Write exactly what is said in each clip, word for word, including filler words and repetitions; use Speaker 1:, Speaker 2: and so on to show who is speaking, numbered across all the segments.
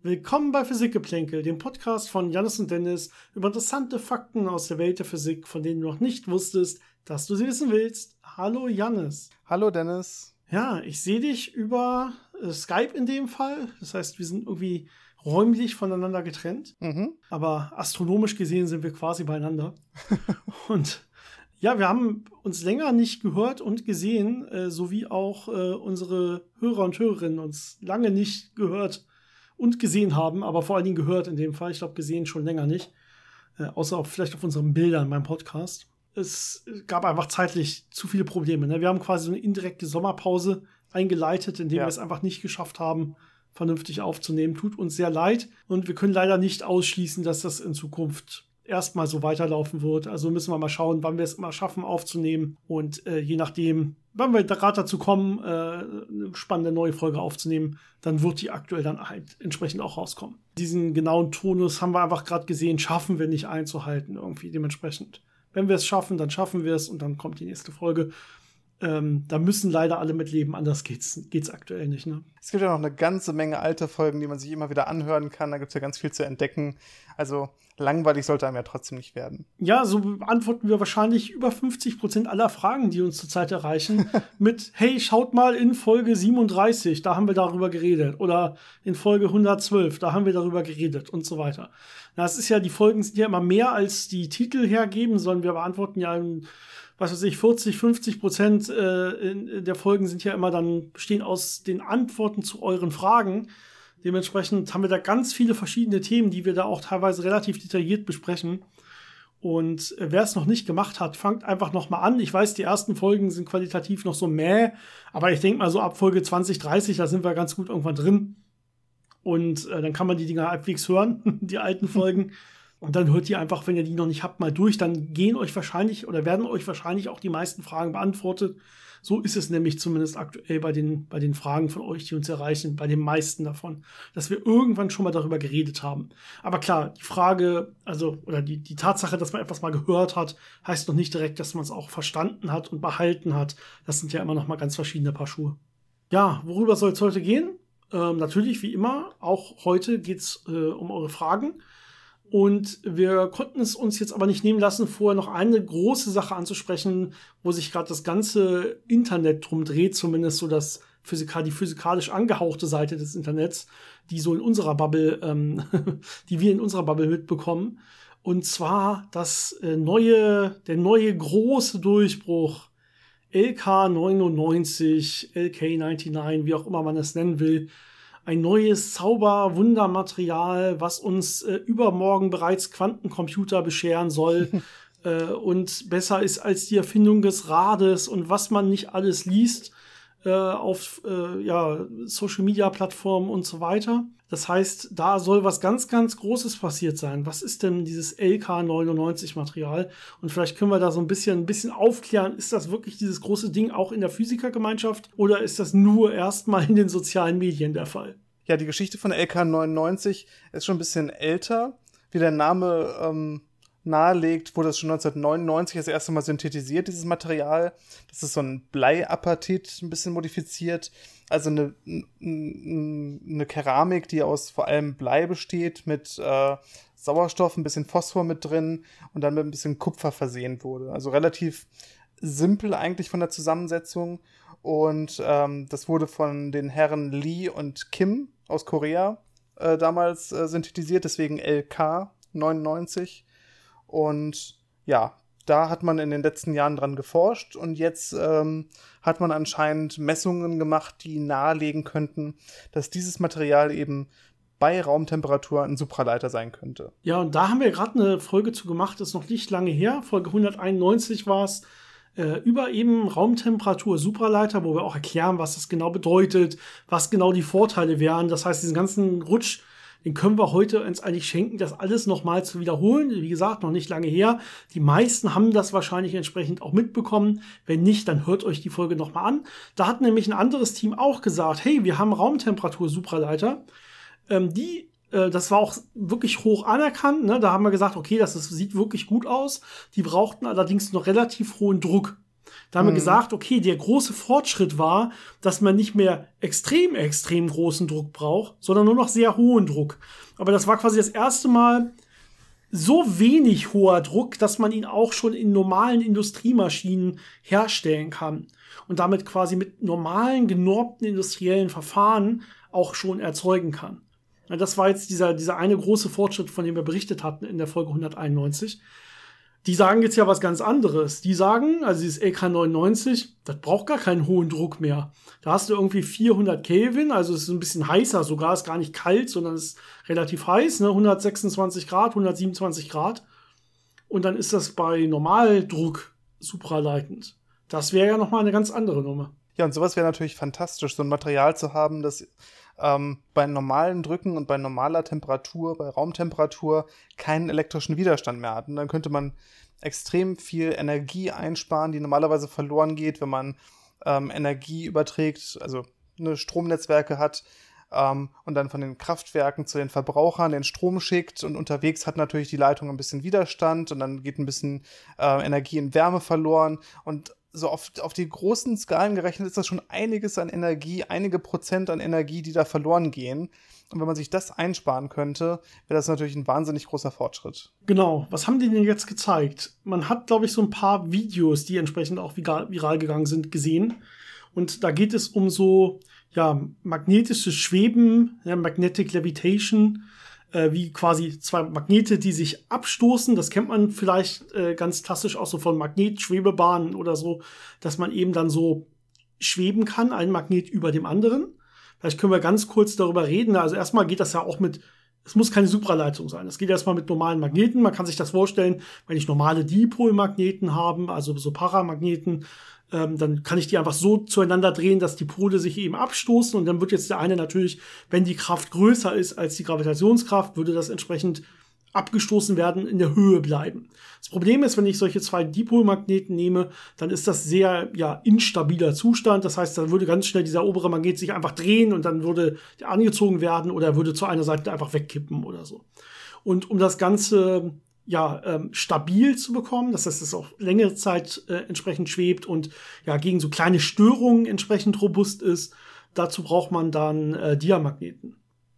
Speaker 1: Willkommen bei Physikgeplänkel, dem Podcast von Jannis und Dennis über interessante Fakten aus der Welt der Physik, von denen du noch nicht wusstest, dass du sie wissen willst. Hallo Jannis.
Speaker 2: Hallo Dennis.
Speaker 1: Ja, ich sehe dich über äh, Skype in dem Fall. Das heißt, wir sind irgendwie räumlich voneinander getrennt.
Speaker 2: Mhm.
Speaker 1: Aber astronomisch gesehen sind wir quasi beieinander. Und ja, wir haben uns länger nicht gehört und gesehen, äh, sowie auch äh, unsere Hörer und Hörerinnen uns lange nicht gehört und gesehen haben, aber vor allen Dingen gehört in dem Fall. Ich glaube, gesehen schon länger nicht. Äh, außer auch vielleicht auf unseren Bildern beim Podcast. Es gab einfach zeitlich zu viele Probleme. Ne? Wir haben quasi so eine indirekte Sommerpause eingeleitet, indem
Speaker 2: Ja.
Speaker 1: wir es einfach nicht geschafft haben, vernünftig aufzunehmen. Tut uns sehr leid. Und wir können leider nicht ausschließen, dass das in Zukunft erstmal so weiterlaufen wird. Also müssen wir mal schauen, wann wir es immer schaffen aufzunehmen. Und äh, je nachdem, wann wir gerade dazu kommen, äh, eine spannende neue Folge aufzunehmen, dann wird die aktuell dann halt entsprechend auch rauskommen. Diesen genauen Tonus haben wir einfach gerade gesehen, schaffen wir nicht einzuhalten irgendwie dementsprechend. Wenn wir es schaffen, dann schaffen wir es und dann kommt die nächste Folge. Ähm, da müssen leider alle mit leben, anders geht's, geht's aktuell nicht. Ne?
Speaker 2: Es gibt ja noch eine ganze Menge alte Folgen, die man sich immer wieder anhören kann. Da gibt es ja ganz viel zu entdecken. Also langweilig sollte einem ja trotzdem nicht werden.
Speaker 1: Ja, so beantworten wir wahrscheinlich über fünfzig Prozent aller Fragen, die uns zurzeit erreichen, mit hey, schaut mal in Folge siebenunddreißig, da haben wir darüber geredet. Oder in Folge hundertzwölf, da haben wir darüber geredet und so weiter. Na, es ist ja, die Folgen sind ja immer mehr, als die Titel hergeben, sondern wir beantworten ja in, was weiß ich, vierzig, fünfzig Prozent äh, der Folgen sind ja immer dann, bestehen aus den Antworten zu euren Fragen. Dementsprechend haben wir da ganz viele verschiedene Themen, die wir da auch teilweise relativ detailliert besprechen. Und äh, wer es noch nicht gemacht hat, fangt einfach noch mal an. Ich weiß, die ersten Folgen sind qualitativ noch so mäh, aber ich denke mal so ab Folge zwanzig, dreißig, da sind wir ganz gut irgendwann drin. Und äh, dann kann man die Dinger halbwegs hören, die alten Folgen. Und dann hört ihr einfach, wenn ihr die noch nicht habt, mal durch. Dann gehen euch wahrscheinlich oder werden euch wahrscheinlich auch die meisten Fragen beantwortet. So ist es nämlich zumindest aktuell bei den, bei den Fragen von euch, die uns erreichen, bei den meisten davon, dass wir irgendwann schon mal darüber geredet haben. Aber klar, die Frage, also, oder die, die Tatsache, dass man etwas mal gehört hat, heißt noch nicht direkt, dass man es auch verstanden hat und behalten hat. Das sind ja immer noch mal ganz verschiedene Paar Schuhe. Ja, worüber soll es heute gehen? Ähm, natürlich, wie immer, auch heute geht's äh, um eure Fragen. Und wir konnten es uns jetzt aber nicht nehmen lassen, vorher noch eine große Sache anzusprechen, wo sich gerade das ganze Internet drum dreht, zumindest so das Physikal, die physikalisch angehauchte Seite des Internets, die so in unserer Bubble, ähm, die wir in unserer Bubble mitbekommen. Und zwar das äh, neue, der neue große Durchbruch L K neunundneunzig, L K neunundneunzig, wie auch immer man es nennen will. Ein neues Zauber-Wundermaterial, was uns äh, übermorgen bereits Quantencomputer bescheren soll äh, und besser ist als die Erfindung des Rades und was man nicht alles liest äh, auf äh, ja, Social-Media-Plattformen und so weiter. Das heißt, da soll was ganz, ganz Großes passiert sein. Was ist denn dieses L K neunundneunzig-Material? Und vielleicht können wir da so ein bisschen, ein bisschen aufklären, ist das wirklich dieses große Ding auch in der Physikergemeinschaft oder ist das nur erstmal in den sozialen Medien der Fall?
Speaker 2: Ja, die Geschichte von L K neunundneunzig ist schon ein bisschen älter. Wie der Name ähm, nahelegt, wurde es schon neunzehnhundertneunundneunzig das erste Mal synthetisiert, dieses Material. Das ist so ein Bleiapatit, ein bisschen modifiziert. Also eine, eine Keramik, die aus vor allem Blei besteht, mit äh, Sauerstoff, ein bisschen Phosphor mit drin und dann mit ein bisschen Kupfer versehen wurde. Also relativ simpel eigentlich von der Zusammensetzung. Und ähm, das wurde von den Herren Lee und Kim aus Korea äh, damals äh, synthetisiert, deswegen L K neunundneunzig. Und ja, da hat man in den letzten Jahren dran geforscht und jetzt ähm, hat man anscheinend Messungen gemacht, die nahelegen könnten, dass dieses Material eben bei Raumtemperatur ein Supraleiter sein könnte.
Speaker 1: Ja, und da haben wir gerade eine Folge zu gemacht, das ist noch nicht lange her. Folge hunderteinundneunzig war es, äh, über eben Raumtemperatur Supraleiter, wo wir auch erklären, was das genau bedeutet, was genau die Vorteile wären. Das heißt, diesen ganzen Rutsch, den können wir heute uns eigentlich schenken, das alles nochmal zu wiederholen. Wie gesagt, noch nicht lange her. Die meisten haben das wahrscheinlich entsprechend auch mitbekommen. Wenn nicht, dann hört euch die Folge nochmal an. Da hat nämlich ein anderes Team auch gesagt, hey, wir haben Raumtemperatur-Supraleiter. Ähm, die, äh, das war auch wirklich hoch anerkannt. Ne? Da haben wir gesagt, okay, das ist, sieht wirklich gut aus. Die brauchten allerdings noch relativ hohen Druck. Da haben mhm. wir gesagt, okay, der große Fortschritt war, dass man nicht mehr extrem, extrem großen Druck braucht, sondern nur noch sehr hohen Druck. Aber das war quasi das erste Mal so wenig hoher Druck, dass man ihn auch schon in normalen Industriemaschinen herstellen kann und damit quasi mit normalen, genormten industriellen Verfahren auch schon erzeugen kann. Das war jetzt dieser, dieser eine große Fortschritt, von dem wir berichtet hatten in der Folge hunderteinundneunzig. Die sagen jetzt ja was ganz anderes. Die sagen, also dieses L K neunundneunzig, das braucht gar keinen hohen Druck mehr. Da hast du irgendwie vierhundert Kelvin, also es ist ein bisschen heißer sogar, ist gar nicht kalt, sondern es ist relativ heiß, ne? hundertsechsundzwanzig Grad, hundertsiebenundzwanzig Grad. Und dann ist das bei Normaldruck supraleitend. Das wäre ja nochmal eine ganz andere Nummer.
Speaker 2: Ja, und sowas wäre natürlich fantastisch, so ein Material zu haben, das ähm, bei normalen Drücken und bei normaler Temperatur, bei Raumtemperatur keinen elektrischen Widerstand mehr hat. Und dann könnte man extrem viel Energie einsparen, die normalerweise verloren geht, wenn man ähm, Energie überträgt, also ne, Stromnetzwerke hat ähm, und dann von den Kraftwerken zu den Verbrauchern den Strom schickt. Und unterwegs hat natürlich die Leitung ein bisschen Widerstand und dann geht ein bisschen äh, Energie in Wärme verloren. Und so auf, auf die großen Skalen gerechnet ist das schon einiges an Energie, einige Prozent an Energie, die da verloren gehen. Und wenn man sich das einsparen könnte, wäre das natürlich ein wahnsinnig großer Fortschritt.
Speaker 1: Genau. Was haben die denn jetzt gezeigt? Man hat, glaube ich, so ein paar Videos, die entsprechend auch viral, viral gegangen sind, gesehen. Und da geht es um so, ja, magnetisches Schweben, ja, Magnetic Levitation, wie quasi zwei Magnete, die sich abstoßen. Das kennt man vielleicht äh, ganz klassisch auch so von Magnetschwebebahnen oder so, dass man eben dann so schweben kann, ein Magnet über dem anderen. Vielleicht können wir ganz kurz darüber reden. Also erstmal geht das ja auch mit, es muss keine Supraleitung sein. Es geht erstmal mit normalen Magneten. Man kann sich das vorstellen, wenn ich normale Dipolmagneten habe, also so Paramagneten, Ähm, dann kann ich die einfach so zueinander drehen, dass die Pole sich eben abstoßen und dann wird jetzt der eine natürlich, wenn die Kraft größer ist als die Gravitationskraft, würde das entsprechend abgestoßen werden, in der Höhe bleiben. Das Problem ist, wenn ich solche zwei Dipolmagneten nehme, dann ist das sehr, ja, instabiler Zustand. Das heißt, dann würde ganz schnell dieser obere Magnet sich einfach drehen und dann würde der angezogen werden oder er würde zu einer Seite einfach wegkippen oder so. Und um das Ganze ja, ähm, stabil zu bekommen, das heißt, dass es auch längere Zeit äh, entsprechend schwebt und ja, gegen so kleine Störungen entsprechend robust ist. Dazu braucht man dann äh, Diamagneten.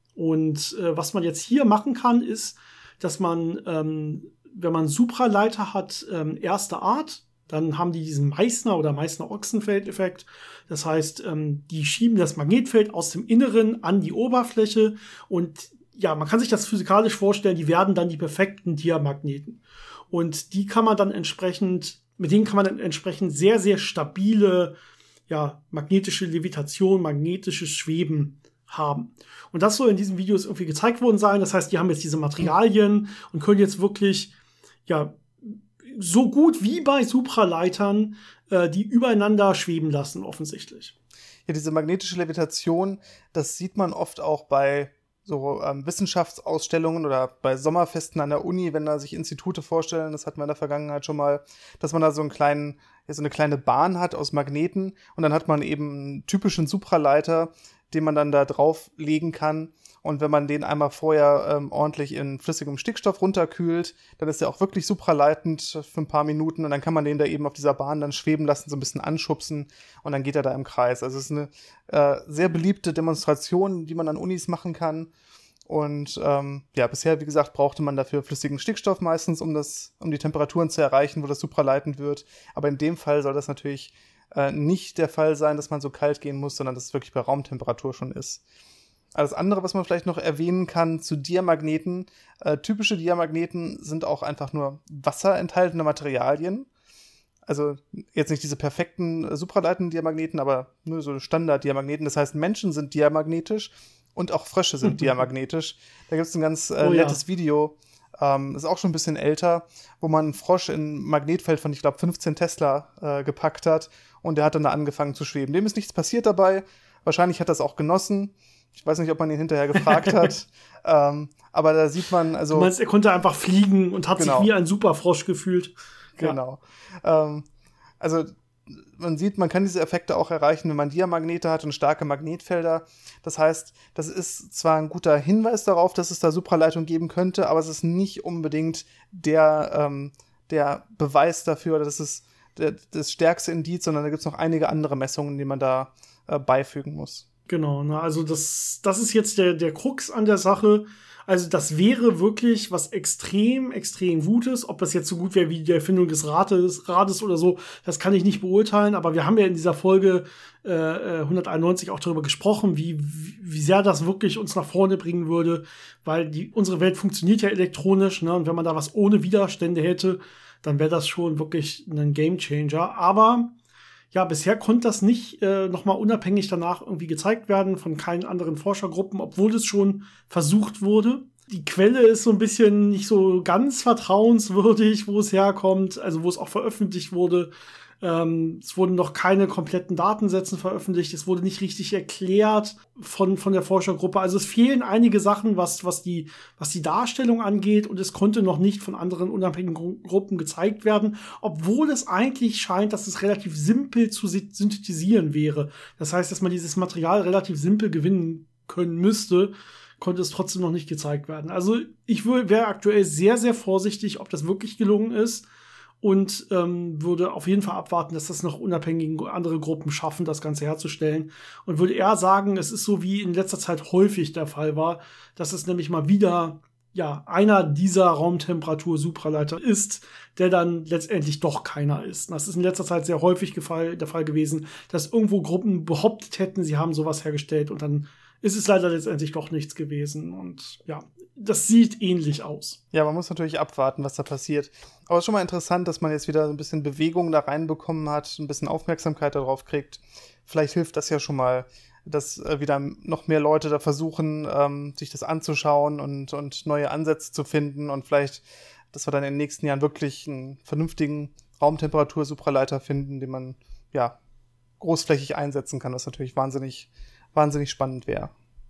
Speaker 1: Und äh, was man jetzt hier machen kann, ist, dass man, ähm, wenn man Supraleiter hat, ähm, erster Art, dann haben die diesen Meissner- oder Meissner-Ochsenfeld-Effekt. Das heißt, ähm, die schieben das Magnetfeld aus dem Inneren an die Oberfläche und ja, man kann sich das physikalisch vorstellen, die werden dann die perfekten Diamagneten. Und die kann man dann entsprechend, mit denen kann man dann entsprechend sehr, sehr stabile, ja, magnetische Levitation, magnetisches Schweben haben. Und das soll in diesen Videos irgendwie gezeigt worden sein. Das heißt, die haben jetzt diese Materialien und können jetzt wirklich, ja, so gut wie bei Supraleitern, äh, die übereinander schweben lassen, offensichtlich.
Speaker 2: Ja, diese magnetische Levitation, das sieht man oft auch bei so ähm, Wissenschaftsausstellungen oder bei Sommerfesten an der Uni, wenn da sich Institute vorstellen, das hatten wir in der Vergangenheit schon mal, dass man da so einen kleinen, ja, so eine kleine Bahn hat aus Magneten und dann hat man eben einen typischen Supraleiter, den man dann da drauflegen kann. Und wenn man den einmal vorher ähm, ordentlich in flüssigem Stickstoff runterkühlt, dann ist der auch wirklich supraleitend für ein paar Minuten und dann kann man den da eben auf dieser Bahn dann schweben lassen, so ein bisschen anschubsen und dann geht er da im Kreis. Also es ist eine äh, sehr beliebte Demonstration, die man an Unis machen kann. Und ähm, ja, bisher, wie gesagt, brauchte man dafür flüssigen Stickstoff meistens, um das, um die Temperaturen zu erreichen, wo das supraleitend wird. Aber in dem Fall soll das natürlich äh, nicht der Fall sein, dass man so kalt gehen muss, sondern dass es wirklich bei Raumtemperatur schon ist. Alles andere, was man vielleicht noch erwähnen kann zu Diamagneten, äh, typische Diamagneten sind auch einfach nur wasserenthaltende Materialien. Also jetzt nicht diese perfekten äh, supraleitenden Diamagneten, aber nur so Standard-Diamagneten. Das heißt, Menschen sind diamagnetisch und auch Frösche sind diamagnetisch. Da gibt es ein ganz äh,
Speaker 1: oh,
Speaker 2: nettes
Speaker 1: ja.
Speaker 2: Video, ähm, ist auch schon ein bisschen älter, wo man einen Frosch in ein Magnetfeld von, ich glaube, fünfzehn Tesla äh, gepackt hat und der hat dann da angefangen zu schweben. Dem ist nichts passiert dabei. Wahrscheinlich hat er es auch genossen. Ich weiß nicht, ob man ihn hinterher gefragt hat. ähm, aber da sieht man, also.
Speaker 1: Du meinst, er konnte einfach fliegen und hat
Speaker 2: genau.
Speaker 1: sich wie ein Superfrosch gefühlt.
Speaker 2: Genau. Ja. Ähm, also, man sieht, man kann diese Effekte auch erreichen, wenn man Diamagnete hat und starke Magnetfelder. Das heißt, das ist zwar ein guter Hinweis darauf, dass es da Supraleitung geben könnte, aber es ist nicht unbedingt der, ähm, der Beweis dafür, dass es der, das stärkste Indiz, sondern da gibt es noch einige andere Messungen, die man da äh, beifügen muss.
Speaker 1: Genau, na, also das, das ist jetzt der, der Krux an der Sache. Also das wäre wirklich was extrem, extrem Gutes. Ob das jetzt so gut wäre wie die Erfindung des Rades, Rades oder so, das kann ich nicht beurteilen. Aber wir haben ja in dieser Folge äh, hunderteinundneunzig auch darüber gesprochen, wie, wie sehr das wirklich uns nach vorne bringen würde. Weil die, unsere Welt funktioniert ja elektronisch, ne? Und wenn man da was ohne Widerstände hätte, dann wäre das schon wirklich ein Gamechanger. Aber ja, bisher konnte das nicht äh, nochmal unabhängig danach irgendwie gezeigt werden von keinen anderen Forschergruppen, obwohl es schon versucht wurde. Die Quelle ist so ein bisschen nicht so ganz vertrauenswürdig, wo es herkommt, also wo es auch veröffentlicht wurde. Ähm, es wurden noch keine kompletten Datensätze veröffentlicht. Es wurde nicht richtig erklärt von, von der Forschergruppe. Also es fehlen einige Sachen, was, was, die, was die Darstellung angeht. Und es konnte noch nicht von anderen unabhängigen Gru- Gruppen gezeigt werden. Obwohl es eigentlich scheint, dass es relativ simpel zu synthetisieren wäre. Das heißt, dass man dieses Material relativ simpel gewinnen können müsste, konnte es trotzdem noch nicht gezeigt werden. Also ich wäre aktuell sehr, sehr vorsichtig, ob das wirklich gelungen ist. Und ähm, würde auf jeden Fall abwarten, dass das noch unabhängige andere Gruppen schaffen, das Ganze herzustellen. Und würde eher sagen, es ist so, wie in letzter Zeit häufig der Fall war, dass es nämlich mal wieder ja einer dieser Raumtemperatur-Supraleiter ist, der dann letztendlich doch keiner ist. Das ist in letzter Zeit sehr häufig Fall, der Fall gewesen, dass irgendwo Gruppen behauptet hätten, sie haben sowas hergestellt und dann ist es leider letztendlich doch nichts gewesen. Und ja, das sieht ähnlich aus.
Speaker 2: Ja, man muss natürlich abwarten, was da passiert. Aber es ist schon mal interessant, dass man jetzt wieder ein bisschen Bewegung da reinbekommen hat, ein bisschen Aufmerksamkeit darauf kriegt. Vielleicht hilft das ja schon mal, dass äh, wieder noch mehr Leute da versuchen, ähm, sich das anzuschauen und, und neue Ansätze zu finden. Und vielleicht, dass wir dann in den nächsten Jahren wirklich einen vernünftigen Raumtemperatur-Supraleiter finden, den man ja großflächig einsetzen kann, was natürlich wahnsinnig wahnsinnig spannend wäre.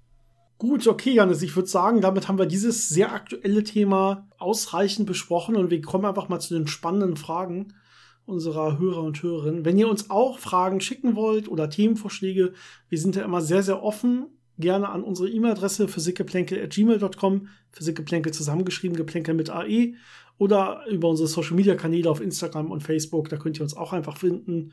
Speaker 1: Gut, okay, Jannis, ich würde sagen, damit haben wir dieses sehr aktuelle Thema ausreichend besprochen und wir kommen einfach mal zu den spannenden Fragen unserer Hörer und Hörerinnen. Wenn ihr uns auch Fragen schicken wollt oder Themenvorschläge, wir sind ja immer sehr, sehr offen, gerne an unsere E-Mail-Adresse physikgeplänkel at gmail dot com, Physikgeplänkel zusammengeschrieben, Geplänkel mit A E, oder über unsere Social-Media-Kanäle auf Instagram und Facebook, da könnt ihr uns auch einfach finden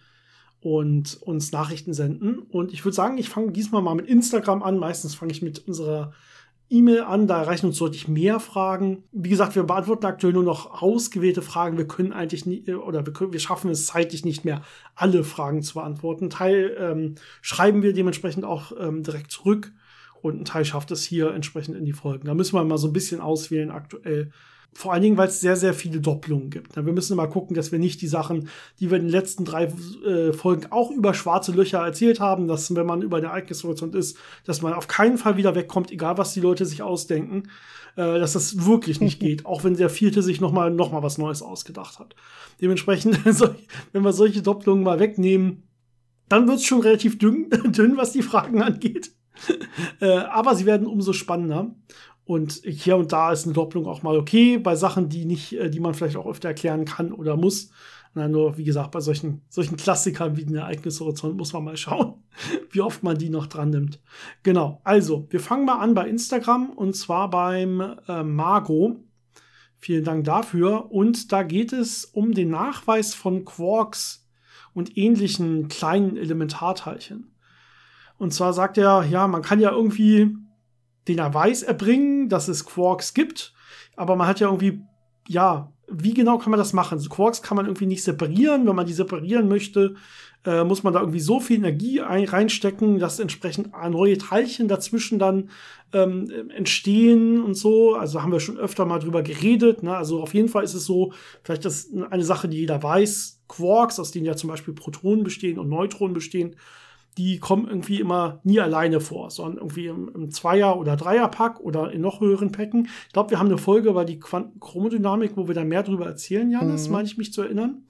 Speaker 1: und uns Nachrichten senden. Und ich würde sagen, ich fange diesmal mal mit Instagram an. Meistens fange ich mit unserer E-Mail an. Da erreichen uns deutlich mehr Fragen. Wie gesagt, wir beantworten aktuell nur noch ausgewählte Fragen. Wir können eigentlich nie, oder wir, können, wir schaffen es zeitlich nicht mehr, alle Fragen zu beantworten. Ein Teil ähm, schreiben wir dementsprechend auch ähm, direkt zurück und ein Teil schafft es hier entsprechend in die Folgen. Da müssen wir mal so ein bisschen auswählen aktuell. Vor allen Dingen, weil es sehr, sehr viele Doppelungen gibt. Wir müssen immer gucken, dass wir nicht die Sachen, die wir in den letzten drei äh, Folgen auch über schwarze Löcher erzählt haben, dass wenn man über den Ereignishorizont ist, dass man auf keinen Fall wieder wegkommt, egal was die Leute sich ausdenken, äh, dass das wirklich nicht geht, auch wenn der Vierte sich nochmal noch mal was Neues ausgedacht hat. Dementsprechend, wenn wir solche Doppelungen mal wegnehmen, dann wird es schon relativ dünn, dünn, was die Fragen angeht. äh, aber sie werden umso spannender. Und hier und da ist eine Doppelung auch mal okay, bei Sachen, die nicht, die man vielleicht auch öfter erklären kann oder muss. Na, nur, wie gesagt, bei solchen, solchen Klassikern wie den Ereignishorizont muss man mal schauen, wie oft man die noch dran nimmt. Genau, also, wir fangen mal an bei Instagram und zwar beim äh, Margo. Vielen Dank dafür. Und da geht es um den Nachweis von Quarks und ähnlichen kleinen Elementarteilchen. Und zwar sagt er, ja, man kann ja irgendwie den Erweis erbringen, dass es Quarks gibt, aber man hat ja irgendwie, ja, wie genau kann man das machen? Also Quarks kann man irgendwie nicht separieren. Wenn man die separieren möchte, äh, muss man da irgendwie so viel Energie ein- reinstecken, dass entsprechend neue Teilchen dazwischen dann ähm, entstehen und so. Also haben wir schon öfter mal drüber geredet. Ne? Also auf jeden Fall ist es so, vielleicht das ist eine Sache, die jeder weiß, Quarks, aus denen ja zum Beispiel Protonen bestehen und Neutronen bestehen, die kommen irgendwie immer nie alleine vor, sondern irgendwie im, im Zweier- oder Dreierpack oder in noch höheren Packen. Ich glaube, wir haben eine Folge über die Quantenchromodynamik, wo wir da mehr drüber erzählen, Jannis, mhm. meine ich mich zu erinnern.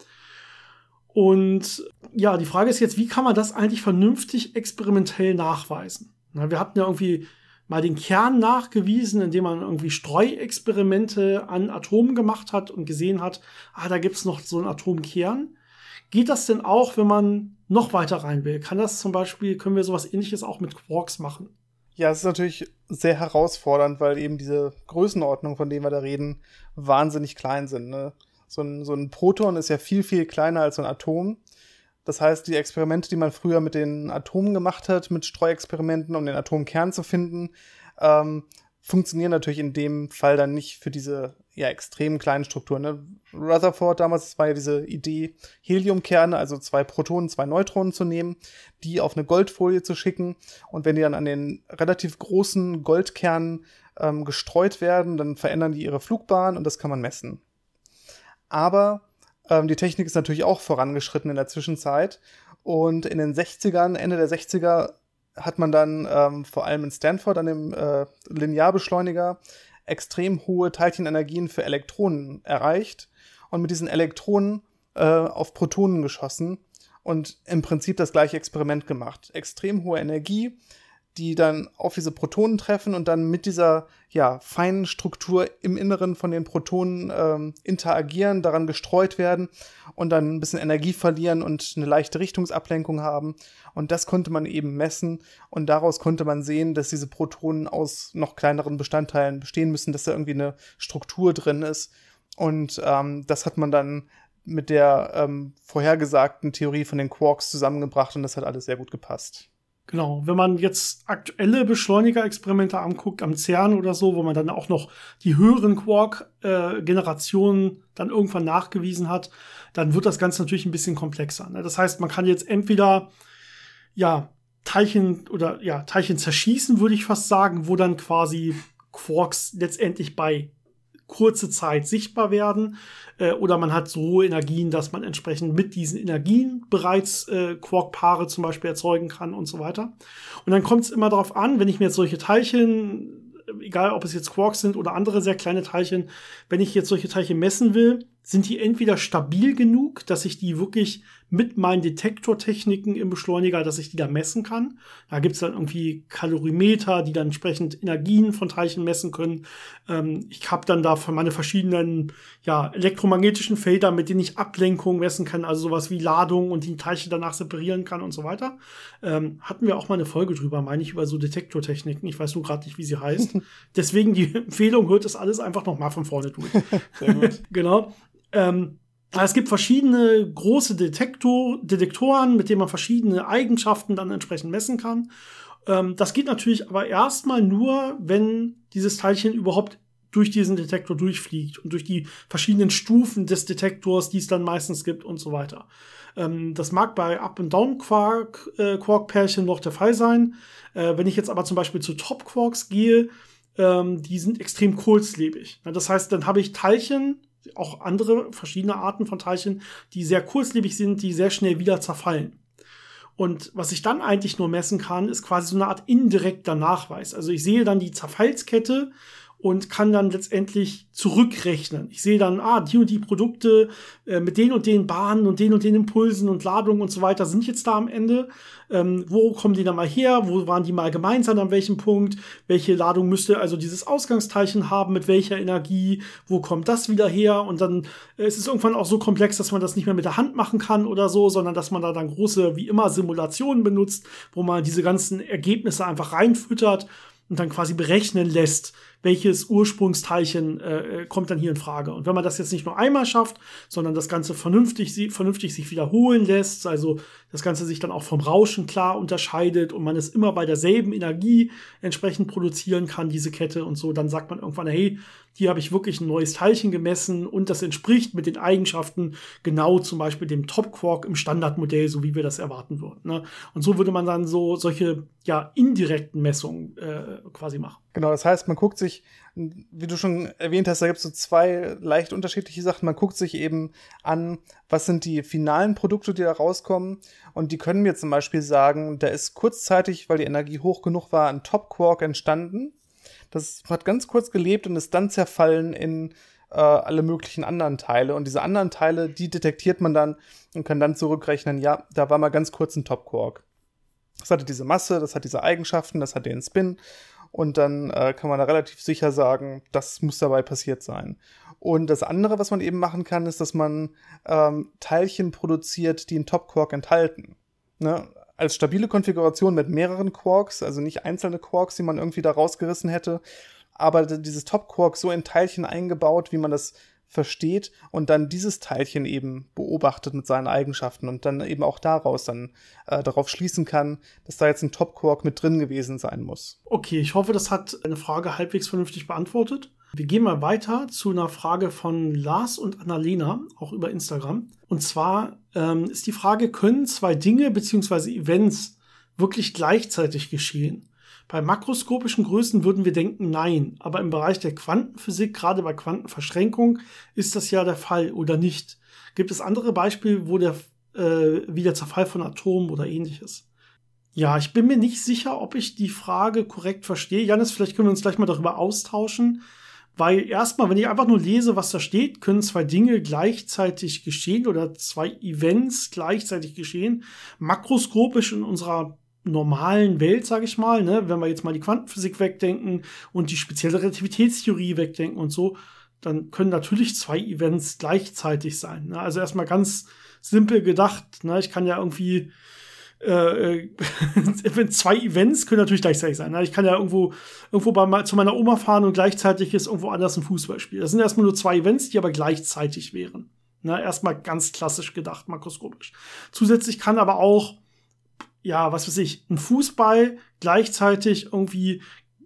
Speaker 1: Und ja, die Frage ist jetzt, wie kann man das eigentlich vernünftig experimentell nachweisen? Na, wir hatten ja irgendwie mal den Kern nachgewiesen, indem man irgendwie Streuexperimente an Atomen gemacht hat und gesehen hat, ah, da gibt's noch so einen Atomkern. Geht das denn auch, wenn man noch weiter rein will? Kann das zum Beispiel, können wir sowas Ähnliches auch mit Quarks machen?
Speaker 2: Ja, es ist natürlich sehr herausfordernd, weil eben diese Größenordnungen, von denen wir da reden, wahnsinnig klein sind. Ne? So ein, so ein Proton ist ja viel, viel kleiner als so ein Atom. Das heißt, die Experimente, die man früher mit den Atomen gemacht hat, mit Streuexperimenten, um den Atomkern zu finden, ähm, funktionieren natürlich in dem Fall dann nicht für diese ja extrem kleinen Strukturen. Ne? Rutherford damals, das war ja diese Idee, Heliumkerne, also zwei Protonen, zwei Neutronen zu nehmen, die auf eine Goldfolie zu schicken. Und wenn die dann an den relativ großen Goldkernen ähm, gestreut werden, dann verändern die ihre Flugbahn und das kann man messen. Aber ähm, die Technik ist natürlich auch vorangeschritten in der Zwischenzeit. Und in den sechzigern, Ende der sechziger, hat man dann ähm, vor allem in Stanford an dem äh, Linearbeschleuniger extrem hohe Teilchenenergien für Elektronen erreicht und mit diesen Elektronen äh, auf Protonen geschossen und im Prinzip das gleiche Experiment gemacht. Extrem hohe Energie, die dann auf diese Protonen treffen und dann mit dieser ja feinen Struktur im Inneren von den Protonen ähm, interagieren, daran gestreut werden und dann ein bisschen Energie verlieren und eine leichte Richtungsablenkung haben. Und das konnte man eben messen und daraus konnte man sehen, dass diese Protonen aus noch kleineren Bestandteilen bestehen müssen, dass da irgendwie eine Struktur drin ist. Und ähm, das hat man dann mit der ähm, vorhergesagten Theorie von den Quarks zusammengebracht und das hat alles sehr gut gepasst.
Speaker 1: Genau, wenn man jetzt aktuelle Beschleunigerexperimente anguckt, am CERN oder so, wo man dann auch noch die höheren Quark-Generationen äh, dann irgendwann nachgewiesen hat, dann wird das Ganze natürlich ein bisschen komplexer. Ne? Das heißt, man kann jetzt entweder ja Teilchen oder ja Teilchen zerschießen, würde ich fast sagen, wo dann quasi Quarks letztendlich bei kurze Zeit sichtbar werden, äh, oder man hat so hohe Energien, dass man entsprechend mit diesen Energien bereits äh, Quark-Paare zum Beispiel erzeugen kann und so weiter. Und dann kommt es immer darauf an, wenn ich mir jetzt solche Teilchen, egal ob es jetzt Quarks sind oder andere sehr kleine Teilchen, wenn ich jetzt solche Teilchen messen will, sind die entweder stabil genug, dass ich die wirklich mit meinen Detektortechniken im Beschleuniger, dass ich die da messen kann. Da gibt's dann irgendwie Kalorimeter, die dann entsprechend Energien von Teilchen messen können. Ähm, ich habe dann da meine verschiedenen ja, elektromagnetischen Felder, mit denen ich Ablenkung messen kann, also sowas wie Ladung und die Teilchen danach separieren kann und so weiter. Ähm, hatten wir auch mal eine Folge drüber, meine ich, über so Detektortechniken. Ich weiß nur gerade nicht, wie sie heißt. Deswegen die Empfehlung, hört das alles einfach noch mal von vorne durch.
Speaker 2: Sehr gut.
Speaker 1: Genau. Ähm, es gibt verschiedene große Detektor, Detektoren, mit denen man verschiedene Eigenschaften dann entsprechend messen kann. Ähm, das geht natürlich aber erstmal nur, wenn dieses Teilchen überhaupt durch diesen Detektor durchfliegt und durch die verschiedenen Stufen des Detektors, die es dann meistens gibt und so weiter. Ähm, das mag bei Up- und Down-Quark, äh, Quark-Pärchen noch der Fall sein. Äh, wenn ich jetzt aber zum Beispiel zu Top-Quarks gehe, ähm, die sind extrem kurzlebig. Das heißt, dann habe ich Teilchen, auch andere verschiedene Arten von Teilchen, die sehr kurzlebig sind, die sehr schnell wieder zerfallen. Und was ich dann eigentlich nur messen kann, ist quasi so eine Art indirekter Nachweis. Also ich sehe dann die Zerfallskette und kann dann letztendlich zurückrechnen. Ich sehe dann, ah, die und die Produkte äh, mit den und den Bahnen und den und den Impulsen und Ladungen und so weiter sind jetzt da am Ende. Ähm, wo kommen die dann mal her? Wo waren die mal gemeinsam an welchem Punkt? Welche Ladung müsste also dieses Ausgangsteilchen haben? Mit welcher Energie? Wo kommt das wieder her? Und dann äh, ist es irgendwann auch so komplex, dass man das nicht mehr mit der Hand machen kann oder so, sondern dass man da dann große, wie immer, Simulationen benutzt, wo man diese ganzen Ergebnisse einfach reinfüttert und dann quasi berechnen lässt, welches Ursprungsteilchen äh, kommt dann hier in Frage. Und wenn man das jetzt nicht nur einmal schafft, sondern das Ganze vernünftig, vernünftig sich wiederholen lässt, also das Ganze sich dann auch vom Rauschen klar unterscheidet und man es immer bei derselben Energie entsprechend produzieren kann, diese Kette und so, dann sagt man irgendwann, hey, hier habe ich wirklich ein neues Teilchen gemessen und das entspricht mit den Eigenschaften genau zum Beispiel dem Top-Quark im Standardmodell, so wie wir das erwarten würden. Ne? Und so würde man dann so solche ja indirekten Messungen äh, quasi machen.
Speaker 2: Genau, das heißt, man guckt sich, wie du schon erwähnt hast, da gibt es so zwei leicht unterschiedliche Sachen. Man guckt sich eben an, was sind die finalen Produkte, die da rauskommen. Und die können mir zum Beispiel sagen, da ist kurzzeitig, weil die Energie hoch genug war, ein Top-Quark entstanden. Das hat ganz kurz gelebt und ist dann zerfallen in äh, alle möglichen anderen Teile. Und diese anderen Teile, die detektiert man dann und kann dann zurückrechnen, ja, da war mal ganz kurz ein Top-Quark. Das hatte diese Masse, das hat diese Eigenschaften, das hat den Spin. Und dann äh, kann man da relativ sicher sagen, das muss dabei passiert sein. Und das andere, was man eben machen kann, ist, dass man ähm, Teilchen produziert, die einen Top-Quark enthalten. Ne? Als stabile Konfiguration mit mehreren Quarks, also nicht einzelne Quarks, die man irgendwie da rausgerissen hätte, aber dieses Top-Quark so in Teilchen eingebaut, wie man das versteht und dann dieses Teilchen eben beobachtet mit seinen Eigenschaften und dann eben auch daraus dann äh, darauf schließen kann, dass da jetzt ein Top-Quark mit drin gewesen sein muss.
Speaker 1: Okay, ich hoffe, das hat eine Frage halbwegs vernünftig beantwortet. Wir gehen mal weiter zu einer Frage von Lars und Annalena, auch über Instagram. Und zwar ähm, ist die Frage, können zwei Dinge bzw. Events wirklich gleichzeitig geschehen? Bei makroskopischen Größen würden wir denken, nein. Aber im Bereich der Quantenphysik, gerade bei Quantenverschränkung, ist das ja der Fall oder nicht. Gibt es andere Beispiele, wo der, äh, wie der Zerfall von Atomen oder ähnliches? Ja, ich bin mir nicht sicher, ob ich die Frage korrekt verstehe. Janis, vielleicht können wir uns gleich mal darüber austauschen. Weil erstmal, wenn ich einfach nur lese, was da steht, können zwei Dinge gleichzeitig geschehen oder zwei Events gleichzeitig geschehen. Makroskopisch in unserer normalen Welt, sage ich mal, ne, wenn wir jetzt mal die Quantenphysik wegdenken und die spezielle Relativitätstheorie wegdenken und so, dann können natürlich zwei Events gleichzeitig sein. Ne? Also erstmal ganz simpel gedacht, ne, ich kann ja irgendwie äh, zwei Events können natürlich gleichzeitig sein. Ne? Ich kann ja irgendwo irgendwo bei, zu meiner Oma fahren und gleichzeitig ist irgendwo anders ein Fußballspiel. Das sind erstmal nur zwei Events, die aber gleichzeitig wären. Ne? Erstmal ganz klassisch gedacht, makroskopisch. Zusätzlich kann aber auch ja, was weiß ich, ein Fußball gleichzeitig irgendwie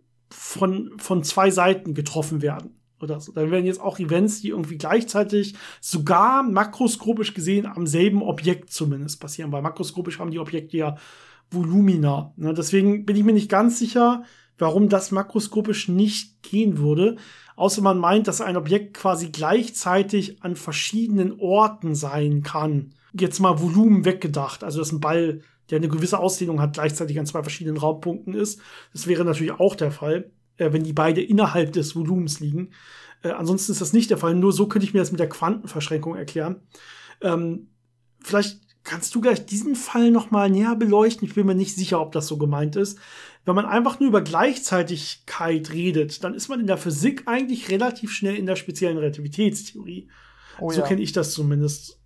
Speaker 1: von, von zwei Seiten getroffen werden oder so. Dann werden jetzt auch Events, die irgendwie gleichzeitig sogar makroskopisch gesehen am selben Objekt zumindest passieren, weil makroskopisch haben die Objekte ja Volumina. Ne? Deswegen bin ich mir nicht ganz sicher, warum das makroskopisch nicht gehen würde, außer man meint, dass ein Objekt quasi gleichzeitig an verschiedenen Orten sein kann. Jetzt mal Volumen weggedacht, also dass ein Ball, der eine gewisse Ausdehnung hat, gleichzeitig an zwei verschiedenen Raumpunkten ist. Das wäre natürlich auch der Fall, äh, wenn die beide innerhalb des Volumens liegen. Äh, ansonsten ist das nicht der Fall. Nur so könnte ich mir das mit der Quantenverschränkung erklären. Ähm, vielleicht kannst du gleich diesen Fall noch mal näher beleuchten. Ich bin mir nicht sicher, ob das so gemeint ist. Wenn man einfach nur über Gleichzeitigkeit redet, dann ist man in der Physik eigentlich relativ schnell in der speziellen Relativitätstheorie. Oh, so ja. Kenne ich das zumindest.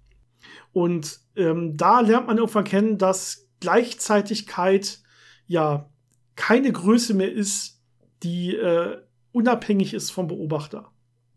Speaker 1: Und ähm, da lernt man irgendwann kennen, dass Gleichzeitigkeit ja keine Größe mehr ist, die äh, unabhängig ist vom Beobachter.